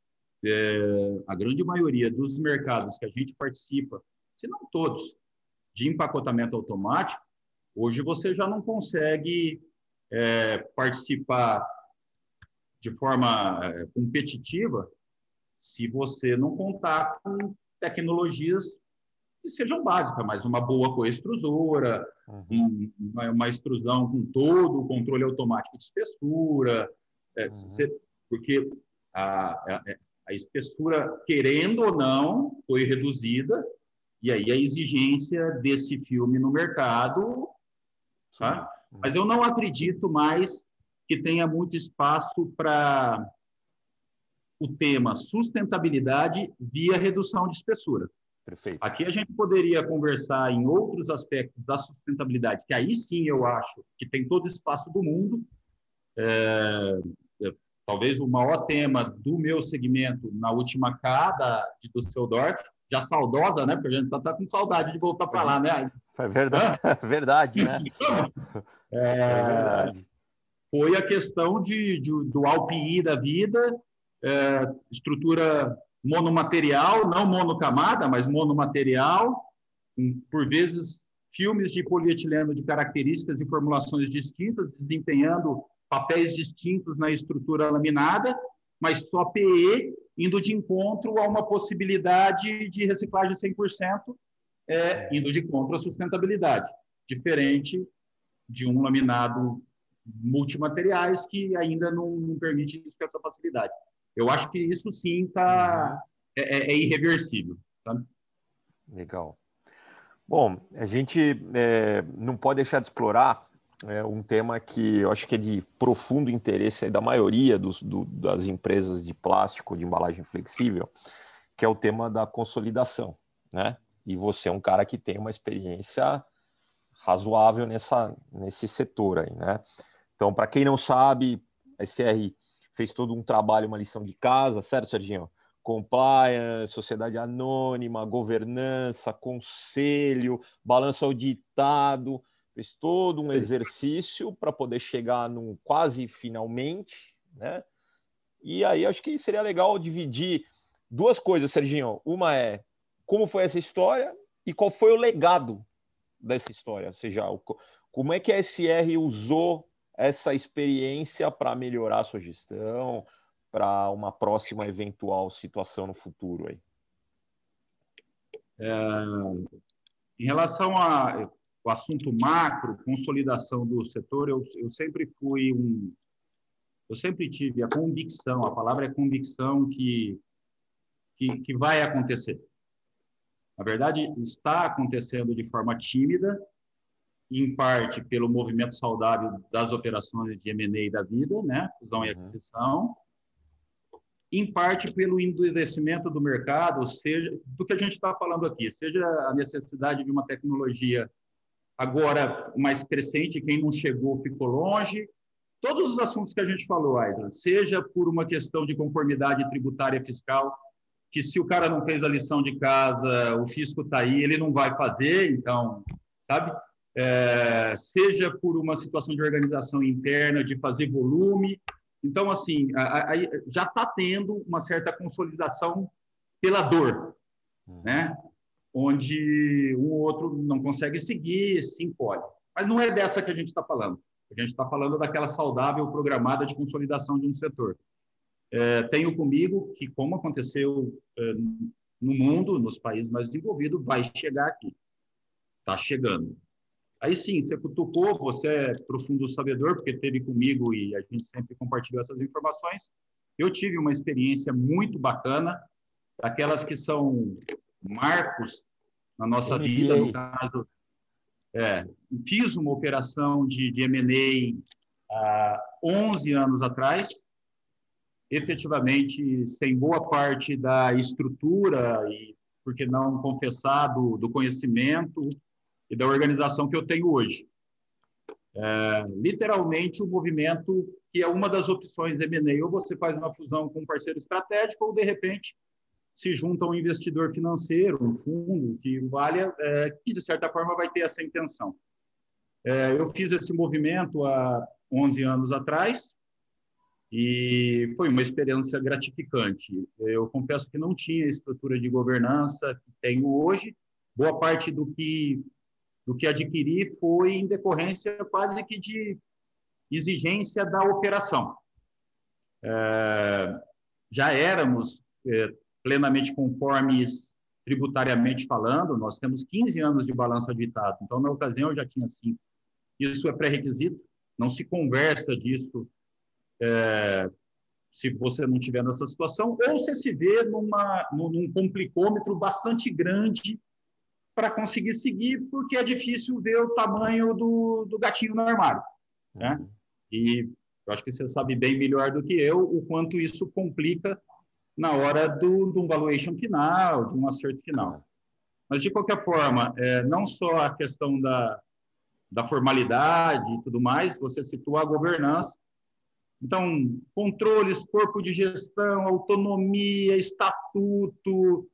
A grande maioria dos mercados que a gente participa, se não todos, de empacotamento automático, hoje você já não consegue participar de forma competitiva se você não contar com tecnologias que sejam básicas, mas uma boa coextrusora, uma extrusão com todo o controle automático de espessura, porque a espessura, querendo ou não, foi reduzida, e aí a exigência desse filme no mercado, tá? Mas eu não acredito mais que tenha muito espaço para o tema sustentabilidade via redução de espessura. Perfeito. Aqui a gente poderia conversar em outros aspectos da sustentabilidade, que aí sim eu acho que tem todo o espaço do mundo. Talvez o maior tema do meu segmento na última K de Düsseldorf, já saudosa, né? Porque a gente está com saudade de voltar para lá, né? É verdade, verdade, né? Verdade. Foi a questão do ALPI da vida, estrutura monomaterial, não monocamada, mas monomaterial, por vezes filmes de polietileno de características e formulações distintas, desempenhando papéis distintos na estrutura laminada, mas só PE, indo de encontro a uma possibilidade de reciclagem 100%, indo de encontro à sustentabilidade, diferente de um laminado multimateriais que ainda não permite isso com essa facilidade. Eu acho que isso sim é irreversível. Sabe? Legal. Bom, a gente não pode deixar de explorar um tema que eu acho que é de profundo interesse da maioria das empresas de plástico, de embalagem flexível, que é o tema da consolidação, né? E você é um cara que tem uma experiência razoável nesse setor aí, né? Então, para quem não sabe, a SR fez todo um trabalho, uma lição de casa, certo, Serginho? Compliance, sociedade anônima, governança, conselho, balanço auditado, fez todo um exercício para poder chegar num quase finalmente, né? E aí acho que seria legal dividir duas coisas, Serginho. Uma é como foi essa história e qual foi o legado dessa história, ou seja, como é que a SR usou essa experiência para melhorar a sua gestão, para uma próxima eventual situação no futuro aí? Em relação ao assunto macro, consolidação do setor, eu sempre tive a convicção, a palavra é convicção, que vai acontecer. Na verdade, está acontecendo de forma tímida, em parte pelo movimento saudável das operações de M&A da vida, né? Fusão e aquisição, em parte pelo endurecimento do mercado, ou seja, do que a gente está falando aqui, seja a necessidade de uma tecnologia agora mais crescente, quem não chegou ficou longe, todos os assuntos que a gente falou, Aida, seja por uma questão de conformidade tributária e fiscal, que se o cara não fez a lição de casa, o fisco está aí, ele não vai fazer, então, sabe? Seja por uma situação de organização interna, de fazer volume. Então, assim, já está tendo uma certa consolidação pela dor, né? Onde um ou outro não consegue seguir, se encolhe. Mas não é dessa que a gente está falando. A gente está falando daquela saudável programada de consolidação de um setor. Tenho comigo que, como aconteceu no mundo, nos países mais desenvolvidos, vai chegar aqui. Está chegando. Aí sim, você cutucou, você é profundo sabedor, porque esteve comigo e a gente sempre compartilhou essas informações. Eu tive uma experiência muito bacana, daquelas que são marcos na nossa vida. No caso, fiz uma operação de M&A há 11 anos atrás, efetivamente, sem boa parte da estrutura e, por que não confessar, do conhecimento e da organização que eu tenho hoje. Literalmente, o movimento que é uma das opções M&A, ou você faz uma fusão com um parceiro estratégico, ou, de repente, se junta a um investidor financeiro, um fundo que valha, que, de certa forma, vai ter essa intenção. Eu fiz esse movimento há 11 anos atrás, e foi uma experiência gratificante. Eu confesso que não tinha a estrutura de governança que tenho hoje. Boa parte do que adquiri foi em decorrência quase que de exigência da operação. Já éramos plenamente conformes tributariamente falando, nós temos 15 anos de balanço aditado, então, na ocasião, eu já tinha 5. Isso é pré-requisito, não se conversa disso se você não estiver nessa situação, ou você se vê num complicômetro bastante grande para conseguir seguir, porque é difícil ver o tamanho do gatinho no armário. Né? E eu acho que você sabe bem melhor do que eu o quanto isso complica na hora do valuation final, de um acerto final. Mas, de qualquer forma, não só a questão da formalidade e tudo mais, você citou a governança. Então, controles, corpo de gestão, autonomia, estatuto,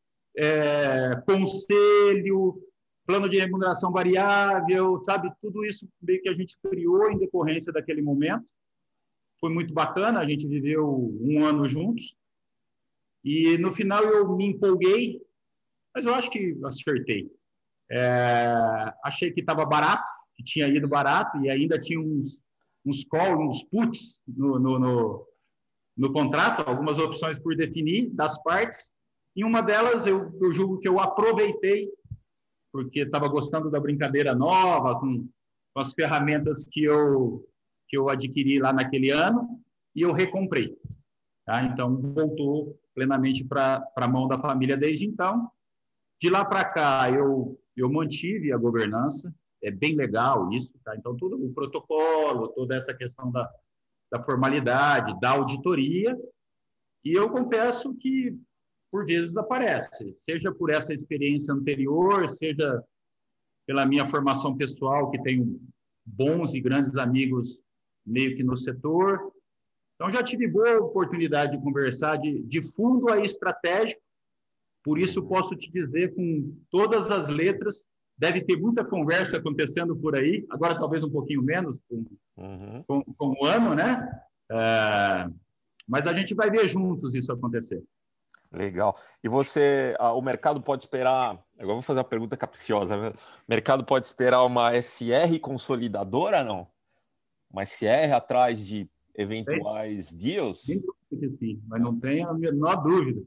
conselho, plano de remuneração variável, sabe? Tudo isso meio que a gente criou em decorrência daquele momento. Foi muito bacana, a gente viveu 1 ano juntos. E, no final, eu me empolguei, mas eu acho que acertei. Achei que estava barato, que tinha ido barato, e ainda tinha uns calls, uns puts no contrato, algumas opções por definir das partes. Em uma delas, eu julgo que eu aproveitei, porque estava gostando da brincadeira nova, com as ferramentas que eu adquiri lá naquele ano, e eu recomprei. Tá? Então, voltou plenamente para a mão da família desde então. De lá para cá, eu mantive a governança, é bem legal isso, tá? Então, todo o protocolo, toda essa questão da formalidade, da auditoria, e eu confesso que, por vezes, aparece, seja por essa experiência anterior, seja pela minha formação pessoal, que tenho bons e grandes amigos meio que no setor. Então, já tive boa oportunidade de conversar de fundo a estratégico, por isso posso te dizer com todas as letras, deve ter muita conversa acontecendo por aí, agora talvez um pouquinho menos com o ano, né? Mas a gente vai ver juntos isso acontecer. Legal. E o mercado pode esperar, agora vou fazer uma pergunta capciosa, né? O mercado pode esperar uma SR consolidadora, não? Uma SR atrás de eventuais deals? Sim, mas não tem a menor dúvida.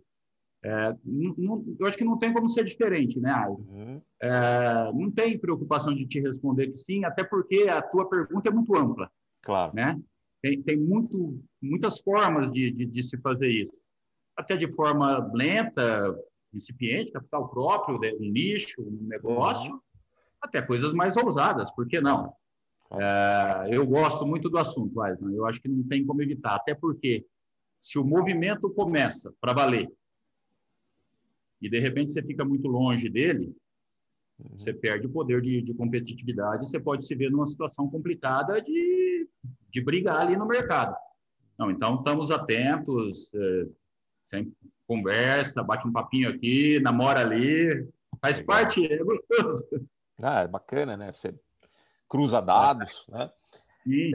Eu acho que não tem como ser diferente, né, Aida? Não tem preocupação de te responder que sim, até porque a tua pergunta é muito ampla. Claro. Né? Tem muitas formas de se fazer isso. Até de forma lenta, incipiente, capital próprio, um nicho, um negócio, até coisas mais ousadas, por que não? Eu gosto muito do assunto, Aislan, eu acho que não tem como evitar, até porque se o movimento começa para valer e, de repente, você fica muito longe dele, você perde o poder de competitividade, você pode se ver numa situação complicada de brigar ali no mercado. Não, então, estamos atentos, sempre conversa, bate um papinho aqui, namora ali, faz Legal. Parte, é gostoso. É bacana, né? Você cruza dados, né? Sim,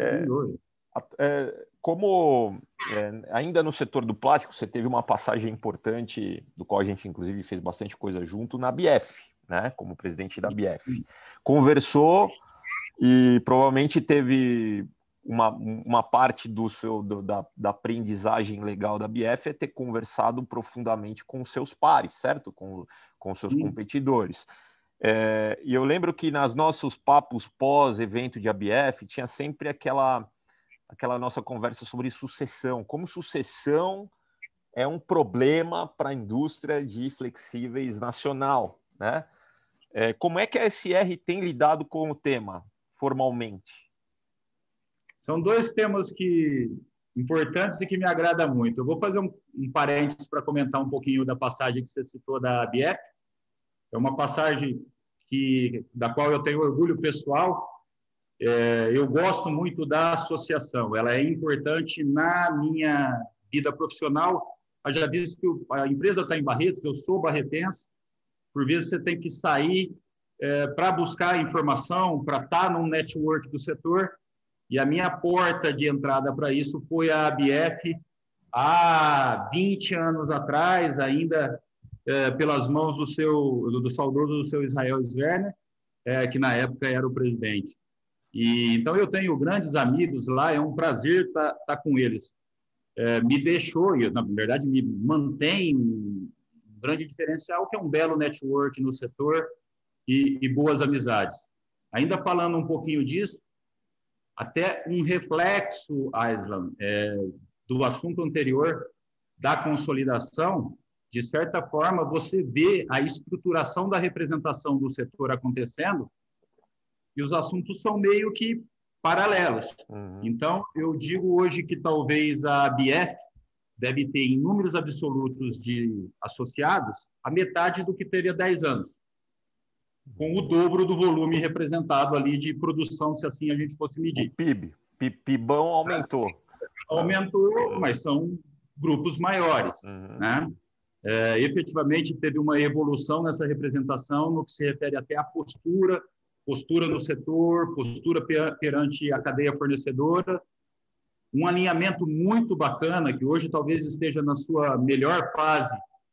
como ainda no setor do plástico, você teve uma passagem importante, do qual a gente, inclusive, fez bastante coisa junto, na BF, né? Como presidente da BF. Conversou e provavelmente teve uma parte da aprendizagem legal da BF é ter conversado profundamente com seus pares, certo? Com seus competidores. E eu lembro que nos nossos papos pós-evento de ABF tinha sempre aquela nossa conversa sobre sucessão. Como sucessão é um problema para a indústria de flexíveis nacional, né? Como é que a SR tem lidado com o tema formalmente? São dois temas importantes e que me agradam muito. Eu vou fazer um parênteses para comentar um pouquinho da passagem que você citou da ABF. É uma passagem da qual eu tenho orgulho pessoal. Eu gosto muito da associação. Ela é importante na minha vida profissional. Eu já disse que a empresa está em Barretos, eu sou barretense. Por vezes você tem que sair para buscar informação, para estar num network do setor. E a minha porta de entrada para isso foi a ABF há 20 anos atrás, ainda pelas mãos do saudoso seu Israel Sverner, que na época era o presidente. Então, eu tenho grandes amigos lá, é um prazer estar com eles. Me deixou, e na verdade me mantém um grande diferencial, que é um belo network no setor e boas amizades. Ainda falando um pouquinho disso, até um reflexo, Aislan, do assunto anterior, da consolidação, de certa forma, você vê a estruturação da representação do setor acontecendo e os assuntos são meio que paralelos. Então, eu digo hoje que talvez a ABF deve ter, em números absolutos de associados, a metade do que teria 10 anos, com o dobro do volume representado ali de produção, se assim a gente fosse medir. O PIB, PIBão aumentou. Aumentou, mas são grupos maiores, né? Efetivamente, teve uma evolução nessa representação no que se refere até à postura no setor, postura perante a cadeia fornecedora, um alinhamento muito bacana, que hoje talvez esteja na sua melhor fase,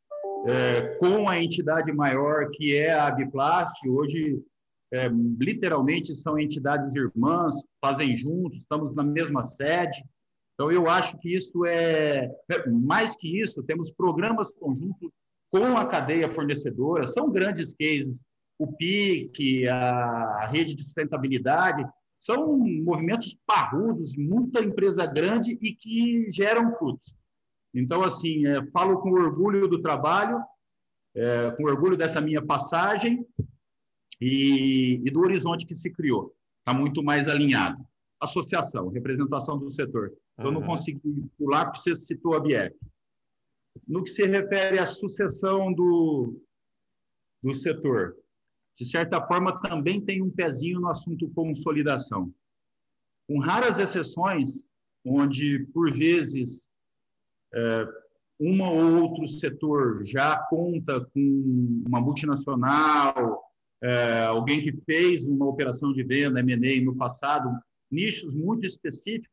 com a entidade maior, que é a Abiplast. Hoje, literalmente, são entidades irmãs, fazem juntos, estamos na mesma sede. Então, eu acho que isso mais que isso, temos programas conjuntos com a cadeia fornecedora, são grandes cases, o PIC, a rede de sustentabilidade, são movimentos parrudos, muita empresa grande e que geram frutos. Então, assim, falo com orgulho do trabalho, com orgulho dessa minha passagem e do horizonte que se criou. Está muito mais alinhado. Associação, representação do setor. Eu não consegui pular porque você citou a BF. No que se refere à sucessão do setor, de certa forma, também tem um pezinho no assunto consolidação. Com raras exceções, onde, por vezes, uma ou outro setor já conta com uma multinacional, alguém que fez uma operação de venda, M&A no passado, nichos muito específicos,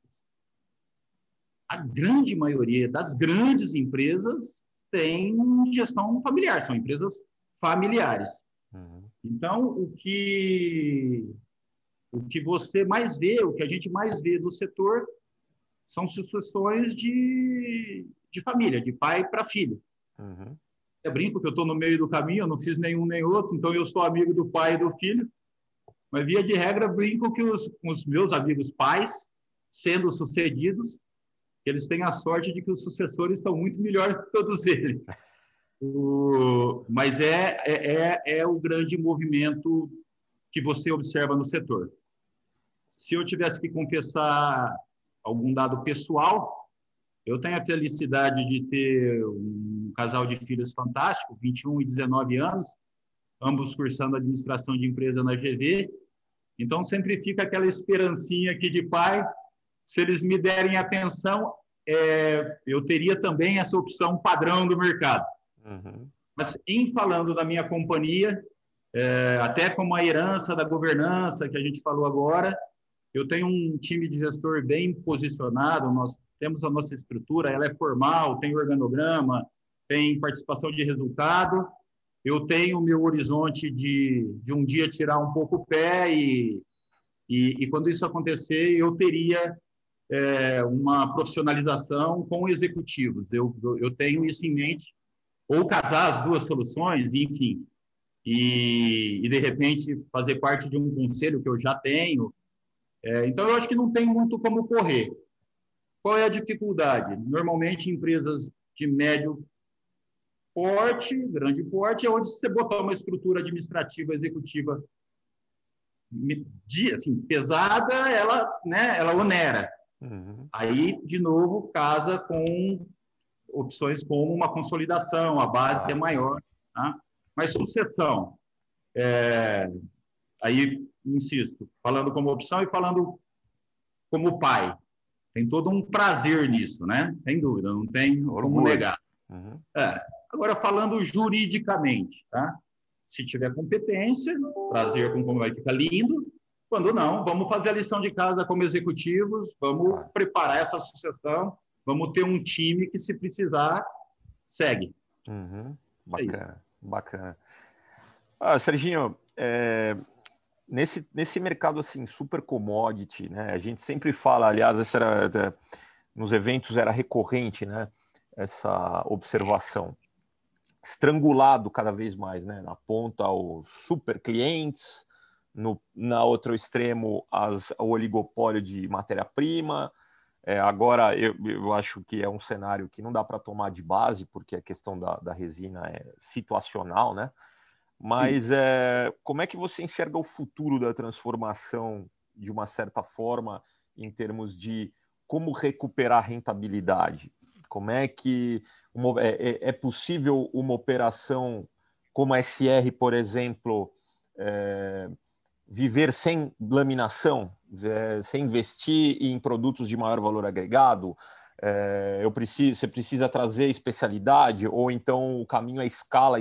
a grande maioria das grandes empresas tem gestão familiar, são empresas familiares. Então, o que você mais vê, o que a gente mais vê do setor são sucessões de família, de pai para filho. Eu brinco que eu estou no meio do caminho, eu não fiz nenhum nem outro, então eu sou amigo do pai e do filho, mas, via de regra, brinco que os meus amigos pais, sendo sucedidos, eles têm a sorte de que os sucessores estão muito melhores que todos eles. Mas é o grande movimento que você observa no setor. Se eu tivesse que confessar algum dado pessoal, eu tenho a felicidade de ter um casal de filhos fantástico, 21 e 19 anos, ambos cursando administração de empresa na GV. Então, sempre fica aquela esperancinha aqui de pai, se eles me derem atenção, eu teria também essa opção padrão do mercado. Uhum. Mas, em falando da minha companhia, até como a herança da governança que a gente falou agora, eu tenho um time de gestor bem posicionado, nós temos a nossa estrutura, ela é formal, tem organograma, tem participação de resultado, eu tenho o meu horizonte de um dia tirar um pouco o pé e quando isso acontecer, eu teria uma profissionalização com executivos. Eu tenho isso em mente, ou casar as duas soluções, enfim, e de repente fazer parte de um conselho que eu já tenho. Então, eu acho que não tem muito como correr. Qual é a dificuldade? Normalmente, empresas de médio porte, grande porte, é onde você botar uma estrutura administrativa executiva assim, pesada, ela onera. Uhum. Aí, de novo, casa com opções como uma consolidação, a base é maior. Tá? Mas sucessão, aí, insisto, falando como opção e falando como pai. Tem todo um prazer nisso, né? Sem dúvida, não tem como negar. Uhum. Agora, falando juridicamente, tá? Se tiver competência, prazer com como vai ficar lindo. Quando não, vamos fazer a lição de casa como executivos, vamos preparar essa sucessão, vamos ter um time que, se precisar, segue. Uhum. Bacana, bacana. Serginho, nesse mercado assim, super commodity, né? A gente sempre fala, aliás, nos eventos era recorrente, né? Essa observação. Estrangulado cada vez mais, né? Na ponta, os super clientes, na outro extremo, o oligopólio de matéria-prima. Agora, eu acho que é um cenário que não dá para tomar de base, porque a questão da resina é situacional, né? Mas como é que você enxerga o futuro da transformação, de uma certa forma, em termos de como recuperar a rentabilidade? Como é que é possível uma operação como a SR, por exemplo, viver sem laminação, sem investir em produtos de maior valor agregado? Você precisa trazer especialidade, ou então o caminho é escala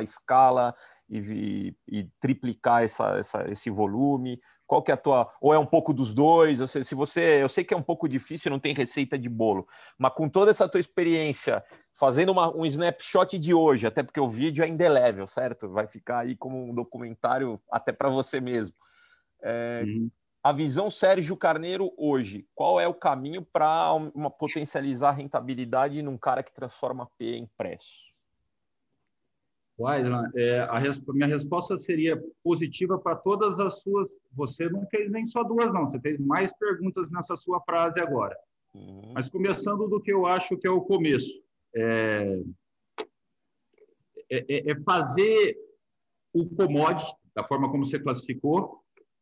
e triplicar esse volume? Qual que é a tua... Ou é um pouco dos dois? Eu sei que é um pouco difícil, não tem receita de bolo, mas com toda essa tua experiência, fazendo um snapshot de hoje, até porque o vídeo é indelével, certo? Vai ficar aí como um documentário até para você mesmo. A visão Sérgio Carneiro hoje, qual é o caminho para potencializar a rentabilidade num cara que transforma P em preço? Waislan, minha resposta seria positiva para todas as suas... Você não fez nem só duas, não. Você fez mais perguntas nessa sua frase agora. Mas começando do que eu acho que é o começo. Fazer o commodity, da forma como você classificou,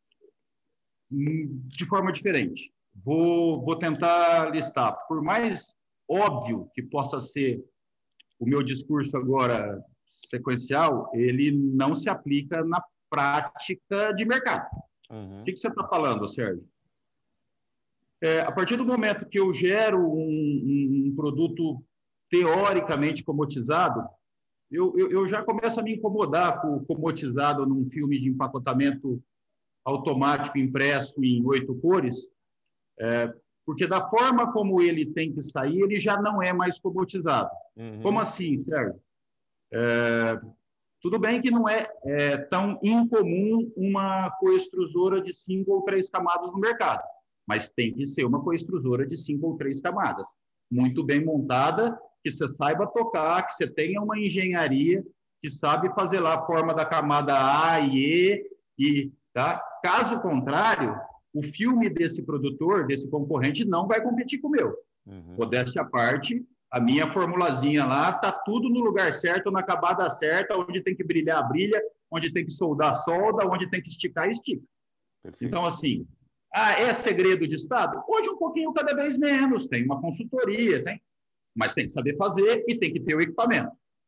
de forma diferente. Vou tentar listar. Por mais óbvio que possa ser o meu discurso agora sequencial, ele não se aplica na prática de mercado. O que você está falando, Sérgio? A partir do momento que eu gero um produto teoricamente comoditizado, eu já começo a me incomodar com o comoditizado num filme de empacotamento automático impresso em 8 cores, porque da forma como ele tem que sair, ele já não é mais comoditizado. Como assim, Sérgio? Tudo bem que não é tão incomum uma coextrusora de 5 ou 3 camadas no mercado, mas tem que ser uma coextrusora de 5 ou 3 camadas, muito bem montada, que você saiba tocar, que você tenha uma engenharia, que sabe fazer lá a forma da camada A e E, tá? Caso contrário, o filme desse produtor, desse concorrente, não vai competir com o meu. Modéstia à parte, A minha formulazinha lá está tudo no lugar certo, na acabada certa, onde tem que brilhar, brilha, onde tem que soldar, solda, onde tem que esticar, estica. Perfeito. Então, assim, é segredo de Estado? Hoje um pouquinho, cada vez menos. Tem uma consultoria, mas tem que saber fazer e tem que ter o equipamento.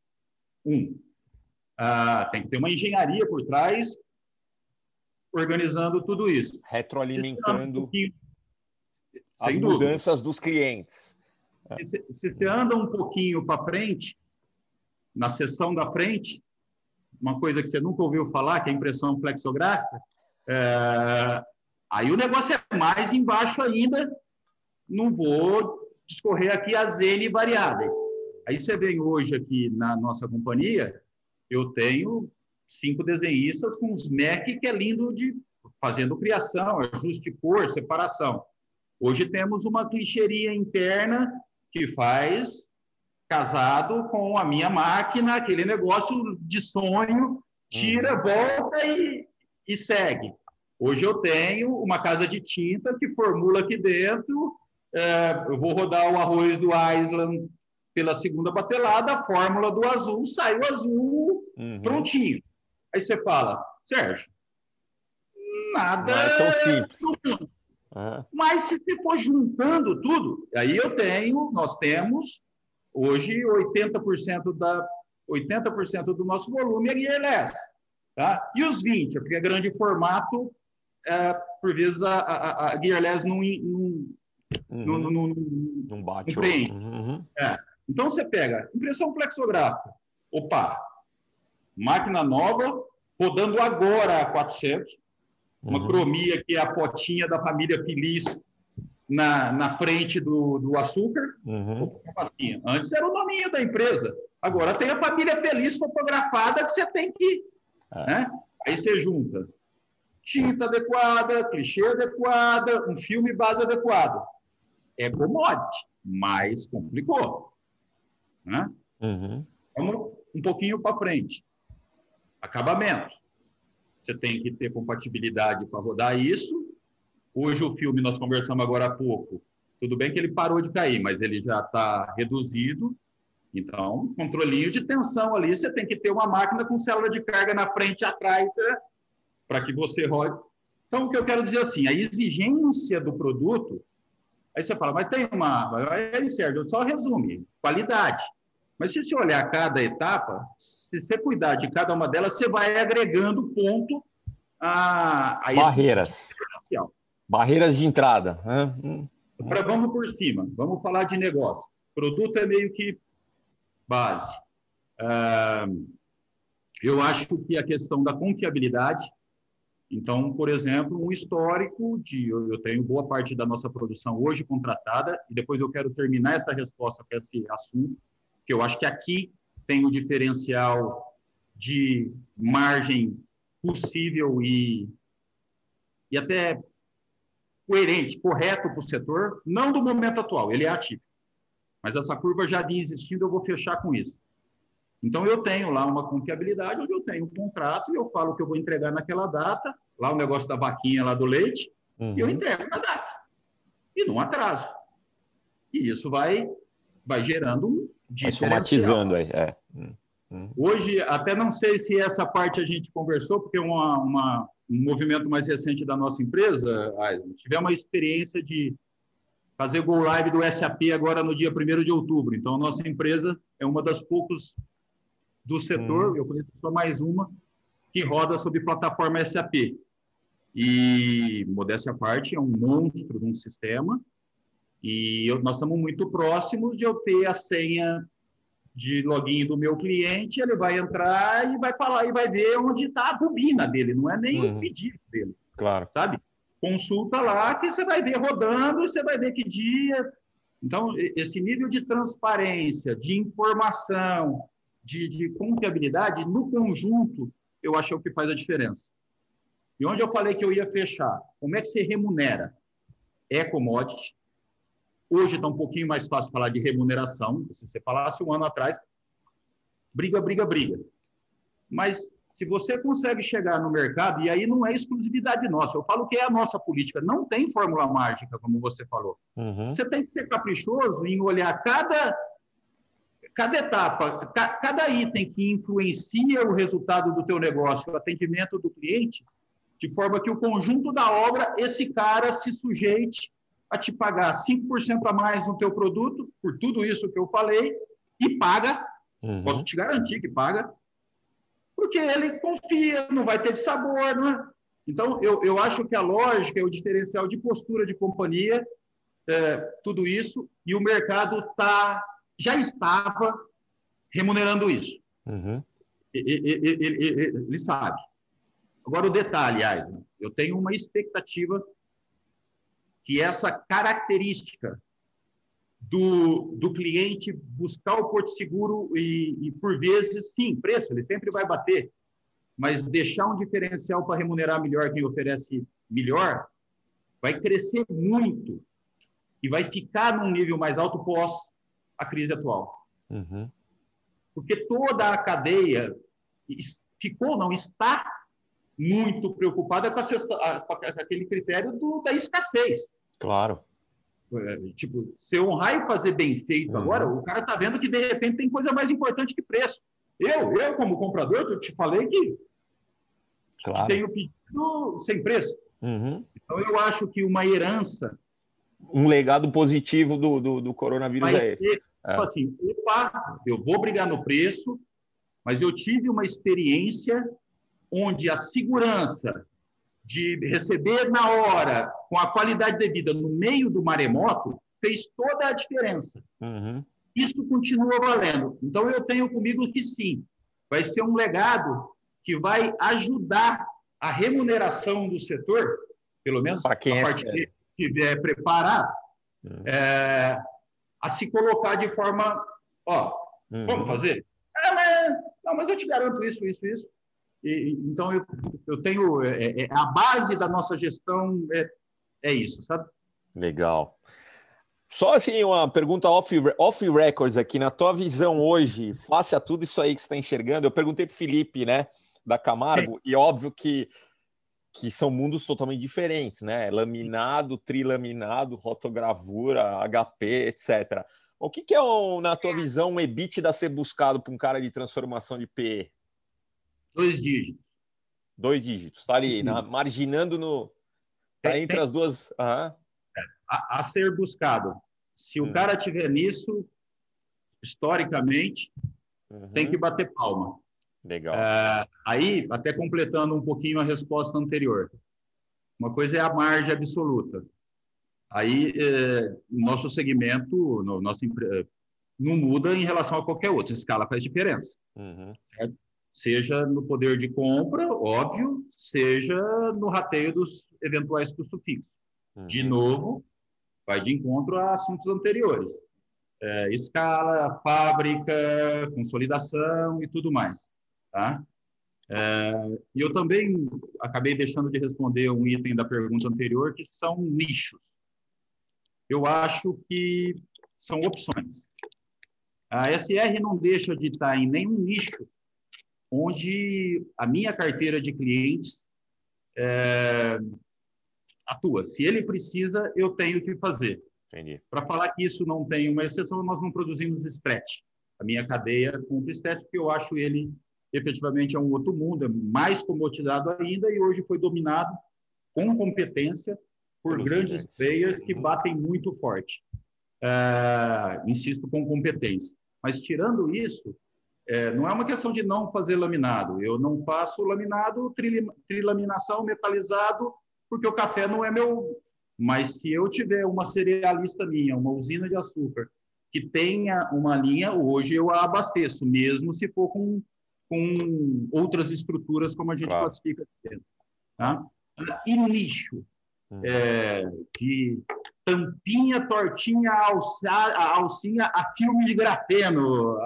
Tem que ter uma engenharia por trás, organizando tudo isso. Retroalimentando as mudanças dos clientes. Se você anda um pouquinho para frente, na seção da frente, uma coisa que você nunca ouviu falar, que é a impressão flexográfica, aí o negócio é mais embaixo ainda. Não vou discorrer aqui as N variáveis. Aí você vem hoje aqui na nossa companhia, eu tenho 5 desenhistas com os MEC, que é lindo, fazendo criação, ajuste de cor, separação. Hoje temos uma clichêria interna que faz casado com a minha máquina, aquele negócio de sonho, tira, volta e segue. Hoje eu tenho uma casa de tinta que formula aqui dentro, eu vou rodar o arroz do Island pela segunda batelada, a fórmula do azul, sai o azul prontinho. Aí você fala, Sérgio, nada... Não é tão simples. Mas se você for juntando tudo, aí nós temos, hoje, 80% do nosso volume é gearless. Tá? E os 20%, porque é grande formato, por vezes a gearless não bate. Então você pega impressão flexográfica. Opa, máquina nova, rodando agora a 400, uma cromia que é a fotinha da família feliz na frente do açúcar. Assim, antes era o nominho da empresa, agora tem a família feliz fotografada que você tem que... Né? Aí você junta tinta adequada, clichê adequada, um filme base adequado. É commodity, mas complicou. Né? Vamos um pouquinho para frente. Acabamento. Você tem que ter compatibilidade para rodar isso. Hoje o filme, nós conversamos agora há pouco, tudo bem que ele parou de cair, mas ele já está reduzido. Então, controlinho de tensão ali, você tem que ter uma máquina com célula de carga na frente e atrás, para que você rode. Então, o que eu quero dizer assim, a exigência do produto, aí você fala, mas tem aí, Sérgio, só resume, qualidade. Mas se você olhar cada etapa, se você cuidar de cada uma delas, você vai agregando ponto a barreiras. Barreiras de entrada. Agora vamos por cima, vamos falar de negócio. Produto é meio que base. Eu acho que a questão da confiabilidade, então, por exemplo, um histórico eu tenho boa parte da nossa produção hoje contratada, e depois eu quero terminar essa resposta com esse assunto, que eu acho que aqui tem o diferencial de margem possível e até coerente, correto para o setor, não do momento atual, ele é atípico. Mas essa curva já vinha existindo, eu vou fechar com isso. Então, eu tenho lá uma confiabilidade, onde eu tenho um contrato e eu falo que eu vou entregar naquela data, lá o negócio da vaquinha lá do leite, e eu entrego na data. E não atraso. E isso vai gerando um diferencial. Vai somatizando aí, Hoje, até não sei se essa parte a gente conversou, porque um movimento mais recente da nossa empresa, tivemos uma experiência de fazer Go Live do SAP agora no dia 1º de outubro. Então, a nossa empresa é uma das poucas do setor, eu conheço só mais uma, que roda sob plataforma SAP. E, modéstia à parte, é um monstro de um sistema, e nós estamos muito próximos de eu ter a senha de login do meu cliente, ele vai entrar e vai falar e vai ver onde está a bobina dele, não é nem o pedido dele. Claro. Sabe? Consulta lá que você vai ver rodando, você vai ver que dia. Então, esse nível de transparência, de informação, de confiabilidade, no conjunto, eu acho que é o que faz a diferença. E onde eu falei que eu ia fechar, como é que você remunera? É commodity. Hoje está um pouquinho mais fácil falar de remuneração. Se você falasse um ano atrás, briga. Mas se você consegue chegar no mercado, e aí não é exclusividade nossa, eu falo que é a nossa política, não tem fórmula mágica, como você falou. Você tem que ser caprichoso em olhar cada cada etapa, cada item que influencia o resultado do teu negócio, o atendimento do cliente, de forma que o conjunto da obra, esse cara se sujeite a te pagar 5% a mais no teu produto, por tudo isso que eu falei, e paga, posso te garantir que paga, porque ele confia, não vai ter de sabor, não é? Então, eu acho que a lógica é o diferencial de postura de companhia, tudo isso, e o mercado já estava remunerando isso. Ele sabe. Agora, o detalhe, Aisne, eu tenho uma expectativa que essa característica do cliente buscar o Porto Seguro e, por vezes, sim, preço, ele sempre vai bater, mas deixar um diferencial para remunerar melhor quem oferece melhor, vai crescer muito e vai ficar num nível mais alto pós a crise atual. Porque toda a cadeia está muito preocupada com aquele critério da escassez. Claro. Tipo, se eu honrar e fazer bem feito agora, o cara está vendo que, de repente, tem coisa mais importante que preço. Eu como comprador, eu te falei que tenho pedido sem preço. Então, eu acho que uma herança... Um legado positivo do coronavírus é esse. Tipo assim, eu vou brigar no preço, mas eu tive uma experiência onde a segurança de receber na hora, com a qualidade devida, no meio do maremoto, fez toda a diferença. Isso continua valendo. Então, eu tenho comigo que sim, vai ser um legado que vai ajudar a remuneração do setor, pelo menos para quem a parte que estiver preparado, a se colocar de forma, vamos fazer? Mas eu te garanto isso. Então, eu tenho... a base da nossa gestão é isso, sabe? Legal. Só assim, uma pergunta off records aqui. Na tua visão hoje, face a tudo isso aí que você está enxergando, eu perguntei para o Felipe, né, da Camargo, e óbvio que são mundos totalmente diferentes, né? Laminado, trilaminado, rotogravura, HP, etc. O que é, na tua visão, um EBITDA a ser buscado para um cara de transformação de PE? 2 dígitos. 2 dígitos. Tá ali, marginando tá entre as duas... A ser buscado. Se o cara tiver nisso, historicamente, tem que bater palma. Legal. Aí, até completando um pouquinho a resposta anterior, uma coisa é a margem absoluta. Aí, nosso segmento, não muda em relação a qualquer outro. A escala faz diferença. Certo? Seja no poder de compra, óbvio, seja no rateio dos eventuais custos fixos. De novo, vai de encontro a assuntos anteriores. Escala, fábrica, consolidação e tudo mais. Tá? E eu também acabei deixando de responder um item da pergunta anterior, que são nichos. Eu acho que são opções. A SR não deixa de estar em nenhum nicho onde a minha carteira de clientes atua. Se ele precisa, eu tenho que fazer. Para falar que isso não tem uma exceção, nós não produzimos stretch. A minha cadeia compra stretch, porque eu acho ele efetivamente é um outro mundo, é mais comoditizado ainda e hoje foi dominado com competência por grandes players que batem muito forte. Insisto, com competência. Mas, tirando isso, não é uma questão de não fazer laminado. Eu não faço laminado, trilaminação, metalizado, porque o café não é meu. Mas se eu tiver uma cerealista minha, uma usina de açúcar, que tenha uma linha, hoje eu a abasteço, mesmo se for com outras estruturas, como a gente classifica aqui dentro. Tá? E nicho, de tampinha, tortinha, alcinha, a filme de grafeno.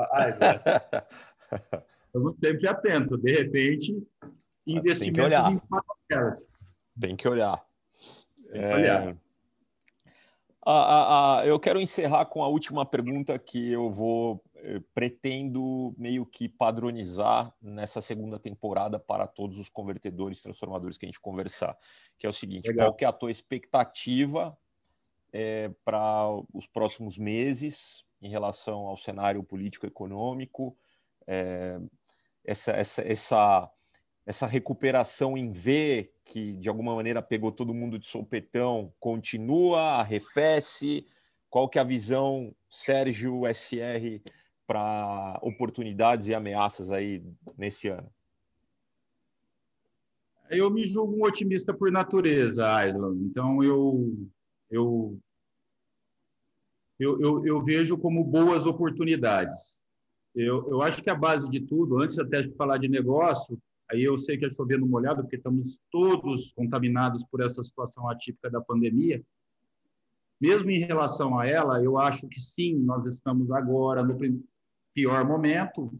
Estamos sempre atentos. De repente, investimento em elas. Tem que olhar. Eu quero encerrar com a última pergunta que eu pretendo meio que padronizar nessa segunda temporada para todos os convertedores, transformadores que a gente conversar, que é o seguinte: qual que é a tua expectativa para os próximos meses em relação ao cenário político-econômico? Essa recuperação em V, que de alguma maneira pegou todo mundo de sopetão, continua, arrefece? Qual que é a visão Sérgio SR para oportunidades e ameaças aí nesse ano? Eu me julgo um otimista por natureza, Ailton. Então, eu vejo como boas oportunidades. Eu acho que a base de tudo, antes até de falar de negócio, aí eu sei que é chover no molhado, porque estamos todos contaminados por essa situação atípica da pandemia. Mesmo em relação a ela, eu acho que sim, nós estamos agora no pior momento,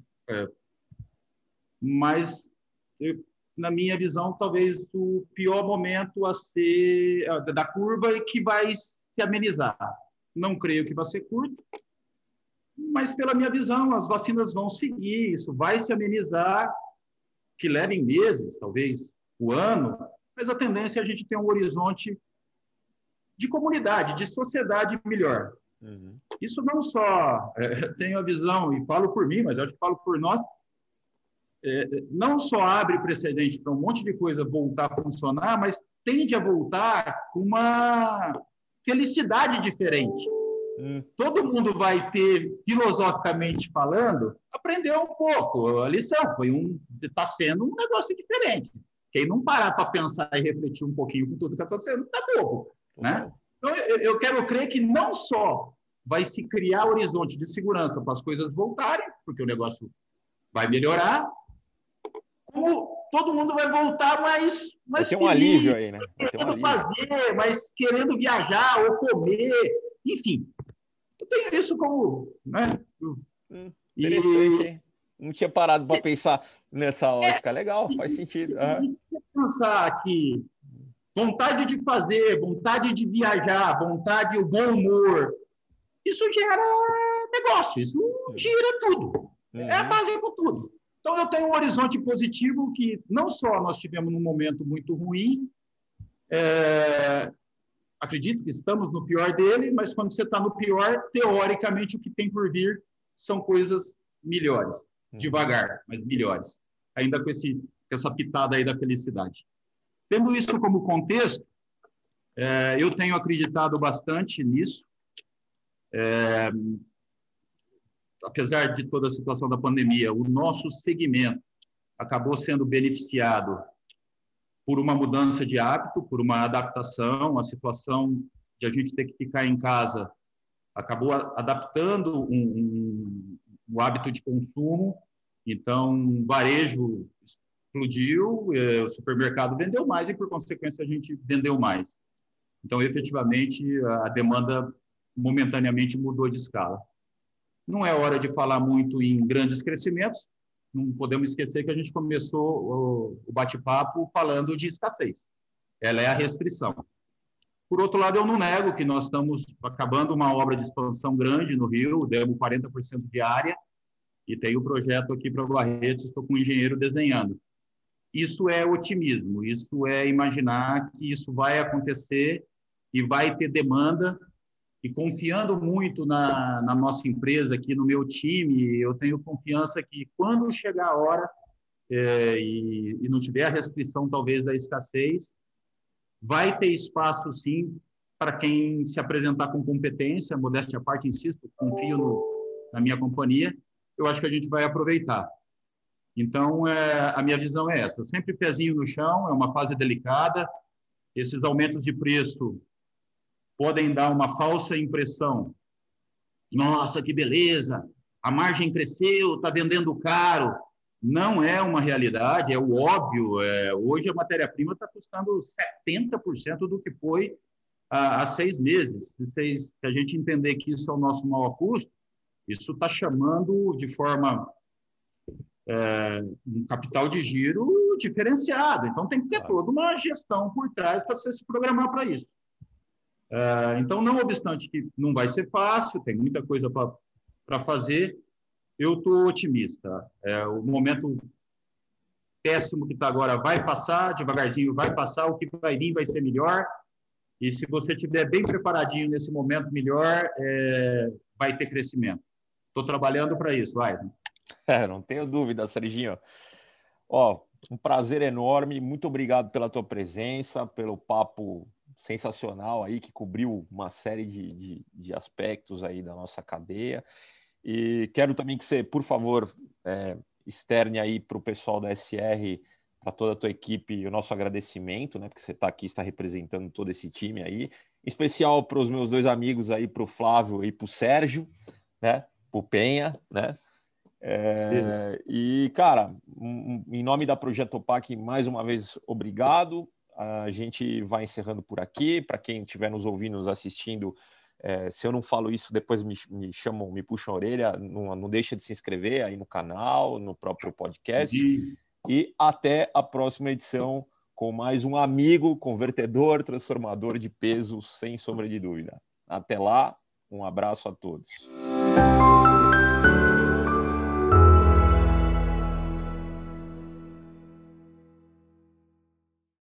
mas, na minha visão, talvez o pior momento a ser da curva e que vai se amenizar. Não creio que vai ser curto, mas, pela minha visão, as vacinas vão seguir, isso vai se amenizar, que levem meses, talvez o ano, mas a tendência é a gente ter um horizonte de comunidade, de sociedade melhor. Uhum. Isso não só, tenho a visão, e falo por mim, mas acho que falo por nós, não só abre precedente para um monte de coisa voltar a funcionar, mas tende a voltar com uma felicidade diferente. Todo mundo vai ter, filosoficamente falando, aprendeu um pouco. A lição está sendo um negócio diferente. Quem não parar para pensar e refletir um pouquinho com tudo que está sendo, está bobo. Né? Então, eu quero crer que não só vai se criar horizonte de segurança para as coisas voltarem, porque o negócio vai melhorar, como todo mundo vai voltar mais vai ter um alívio aí, né? Vai ter um alívio. Fazer, mas querendo viajar ou comer, enfim. Eu tenho isso como... Né? Interessante, hein? Não tinha parado para pensar nessa ótica. Legal, faz sentido. Se você pensar que vontade de fazer, vontade de viajar, vontade, o bom humor, isso gera negócio, isso gira tudo. É a base para tudo. Então, eu tenho um horizonte positivo que não só nós tivemos num momento muito ruim, acredito que estamos no pior dele, mas quando você está no pior, teoricamente, o que tem por vir são coisas melhores. Devagar, mas melhores. Ainda com essa pitada aí da felicidade. Tendo isso como contexto, eu tenho acreditado bastante nisso. Apesar de toda a situação da pandemia, o nosso segmento acabou sendo beneficiado por uma mudança de hábito, por uma adaptação, a situação de a gente ter que ficar em casa acabou adaptando o hábito de consumo. Então, o varejo explodiu, o supermercado vendeu mais e, por consequência, a gente vendeu mais. Então, efetivamente, a demanda momentaneamente mudou de escala. Não é hora de falar muito em grandes crescimentos, não podemos esquecer que a gente começou o bate-papo falando de escassez. Ela é a restrição. Por outro lado, eu não nego que nós estamos acabando uma obra de expansão grande no Rio, demos 40% de área, e tem o projeto aqui para Barretos, estou com um engenheiro desenhando. Isso é otimismo, isso é imaginar que isso vai acontecer e vai ter demanda. E confiando muito na nossa empresa, aqui no meu time, eu tenho confiança que quando chegar a hora e não tiver a restrição, talvez, da escassez, vai ter espaço, sim, para quem se apresentar com competência, modéstia à parte, insisto, confio na minha companhia, eu acho que a gente vai aproveitar. Então, a minha visão é essa, sempre pezinho no chão, é uma fase delicada, esses aumentos de preço podem dar uma falsa impressão. Nossa, que beleza! A margem cresceu, está vendendo caro. Não é uma realidade, é o óbvio. Hoje a matéria-prima está custando 70% do que foi há 6 meses. Se a gente entender que isso é o nosso maior custo, isso está chamando de forma um capital de giro diferenciado. Então tem que ter toda uma gestão por trás para você se programar para isso. Então, não obstante que não vai ser fácil, tem muita coisa para fazer, eu estou otimista. O momento péssimo que está agora vai passar, devagarzinho vai passar, o que vai vir vai ser melhor, e se você estiver bem preparadinho nesse momento melhor, vai ter crescimento. Estou trabalhando para isso, Aisne. Não tenho dúvida, Serginho. Ó, um prazer enorme. Muito obrigado pela tua presença, pelo papo sensacional aí, que cobriu uma série de aspectos aí da nossa cadeia. E quero também que você, por favor, externe aí para o pessoal da SR, para toda a tua equipe, o nosso agradecimento, né? Porque você está aqui, está representando todo esse time aí. Em especial para os meus dois amigos aí, para o Flávio e para o Sérgio, né? Para o Penha, né? E, cara, em nome da Projeto OPAC, mais uma vez, obrigado. A gente vai encerrando por aqui. Para quem estiver nos ouvindo, nos assistindo, se eu não falo isso, depois me chamam, me puxam a orelha. Não deixa de se inscrever aí no canal, no próprio podcast. E até a próxima edição com mais um amigo convertedor, transformador de peso, sem sombra de dúvida. Até lá, um abraço a todos.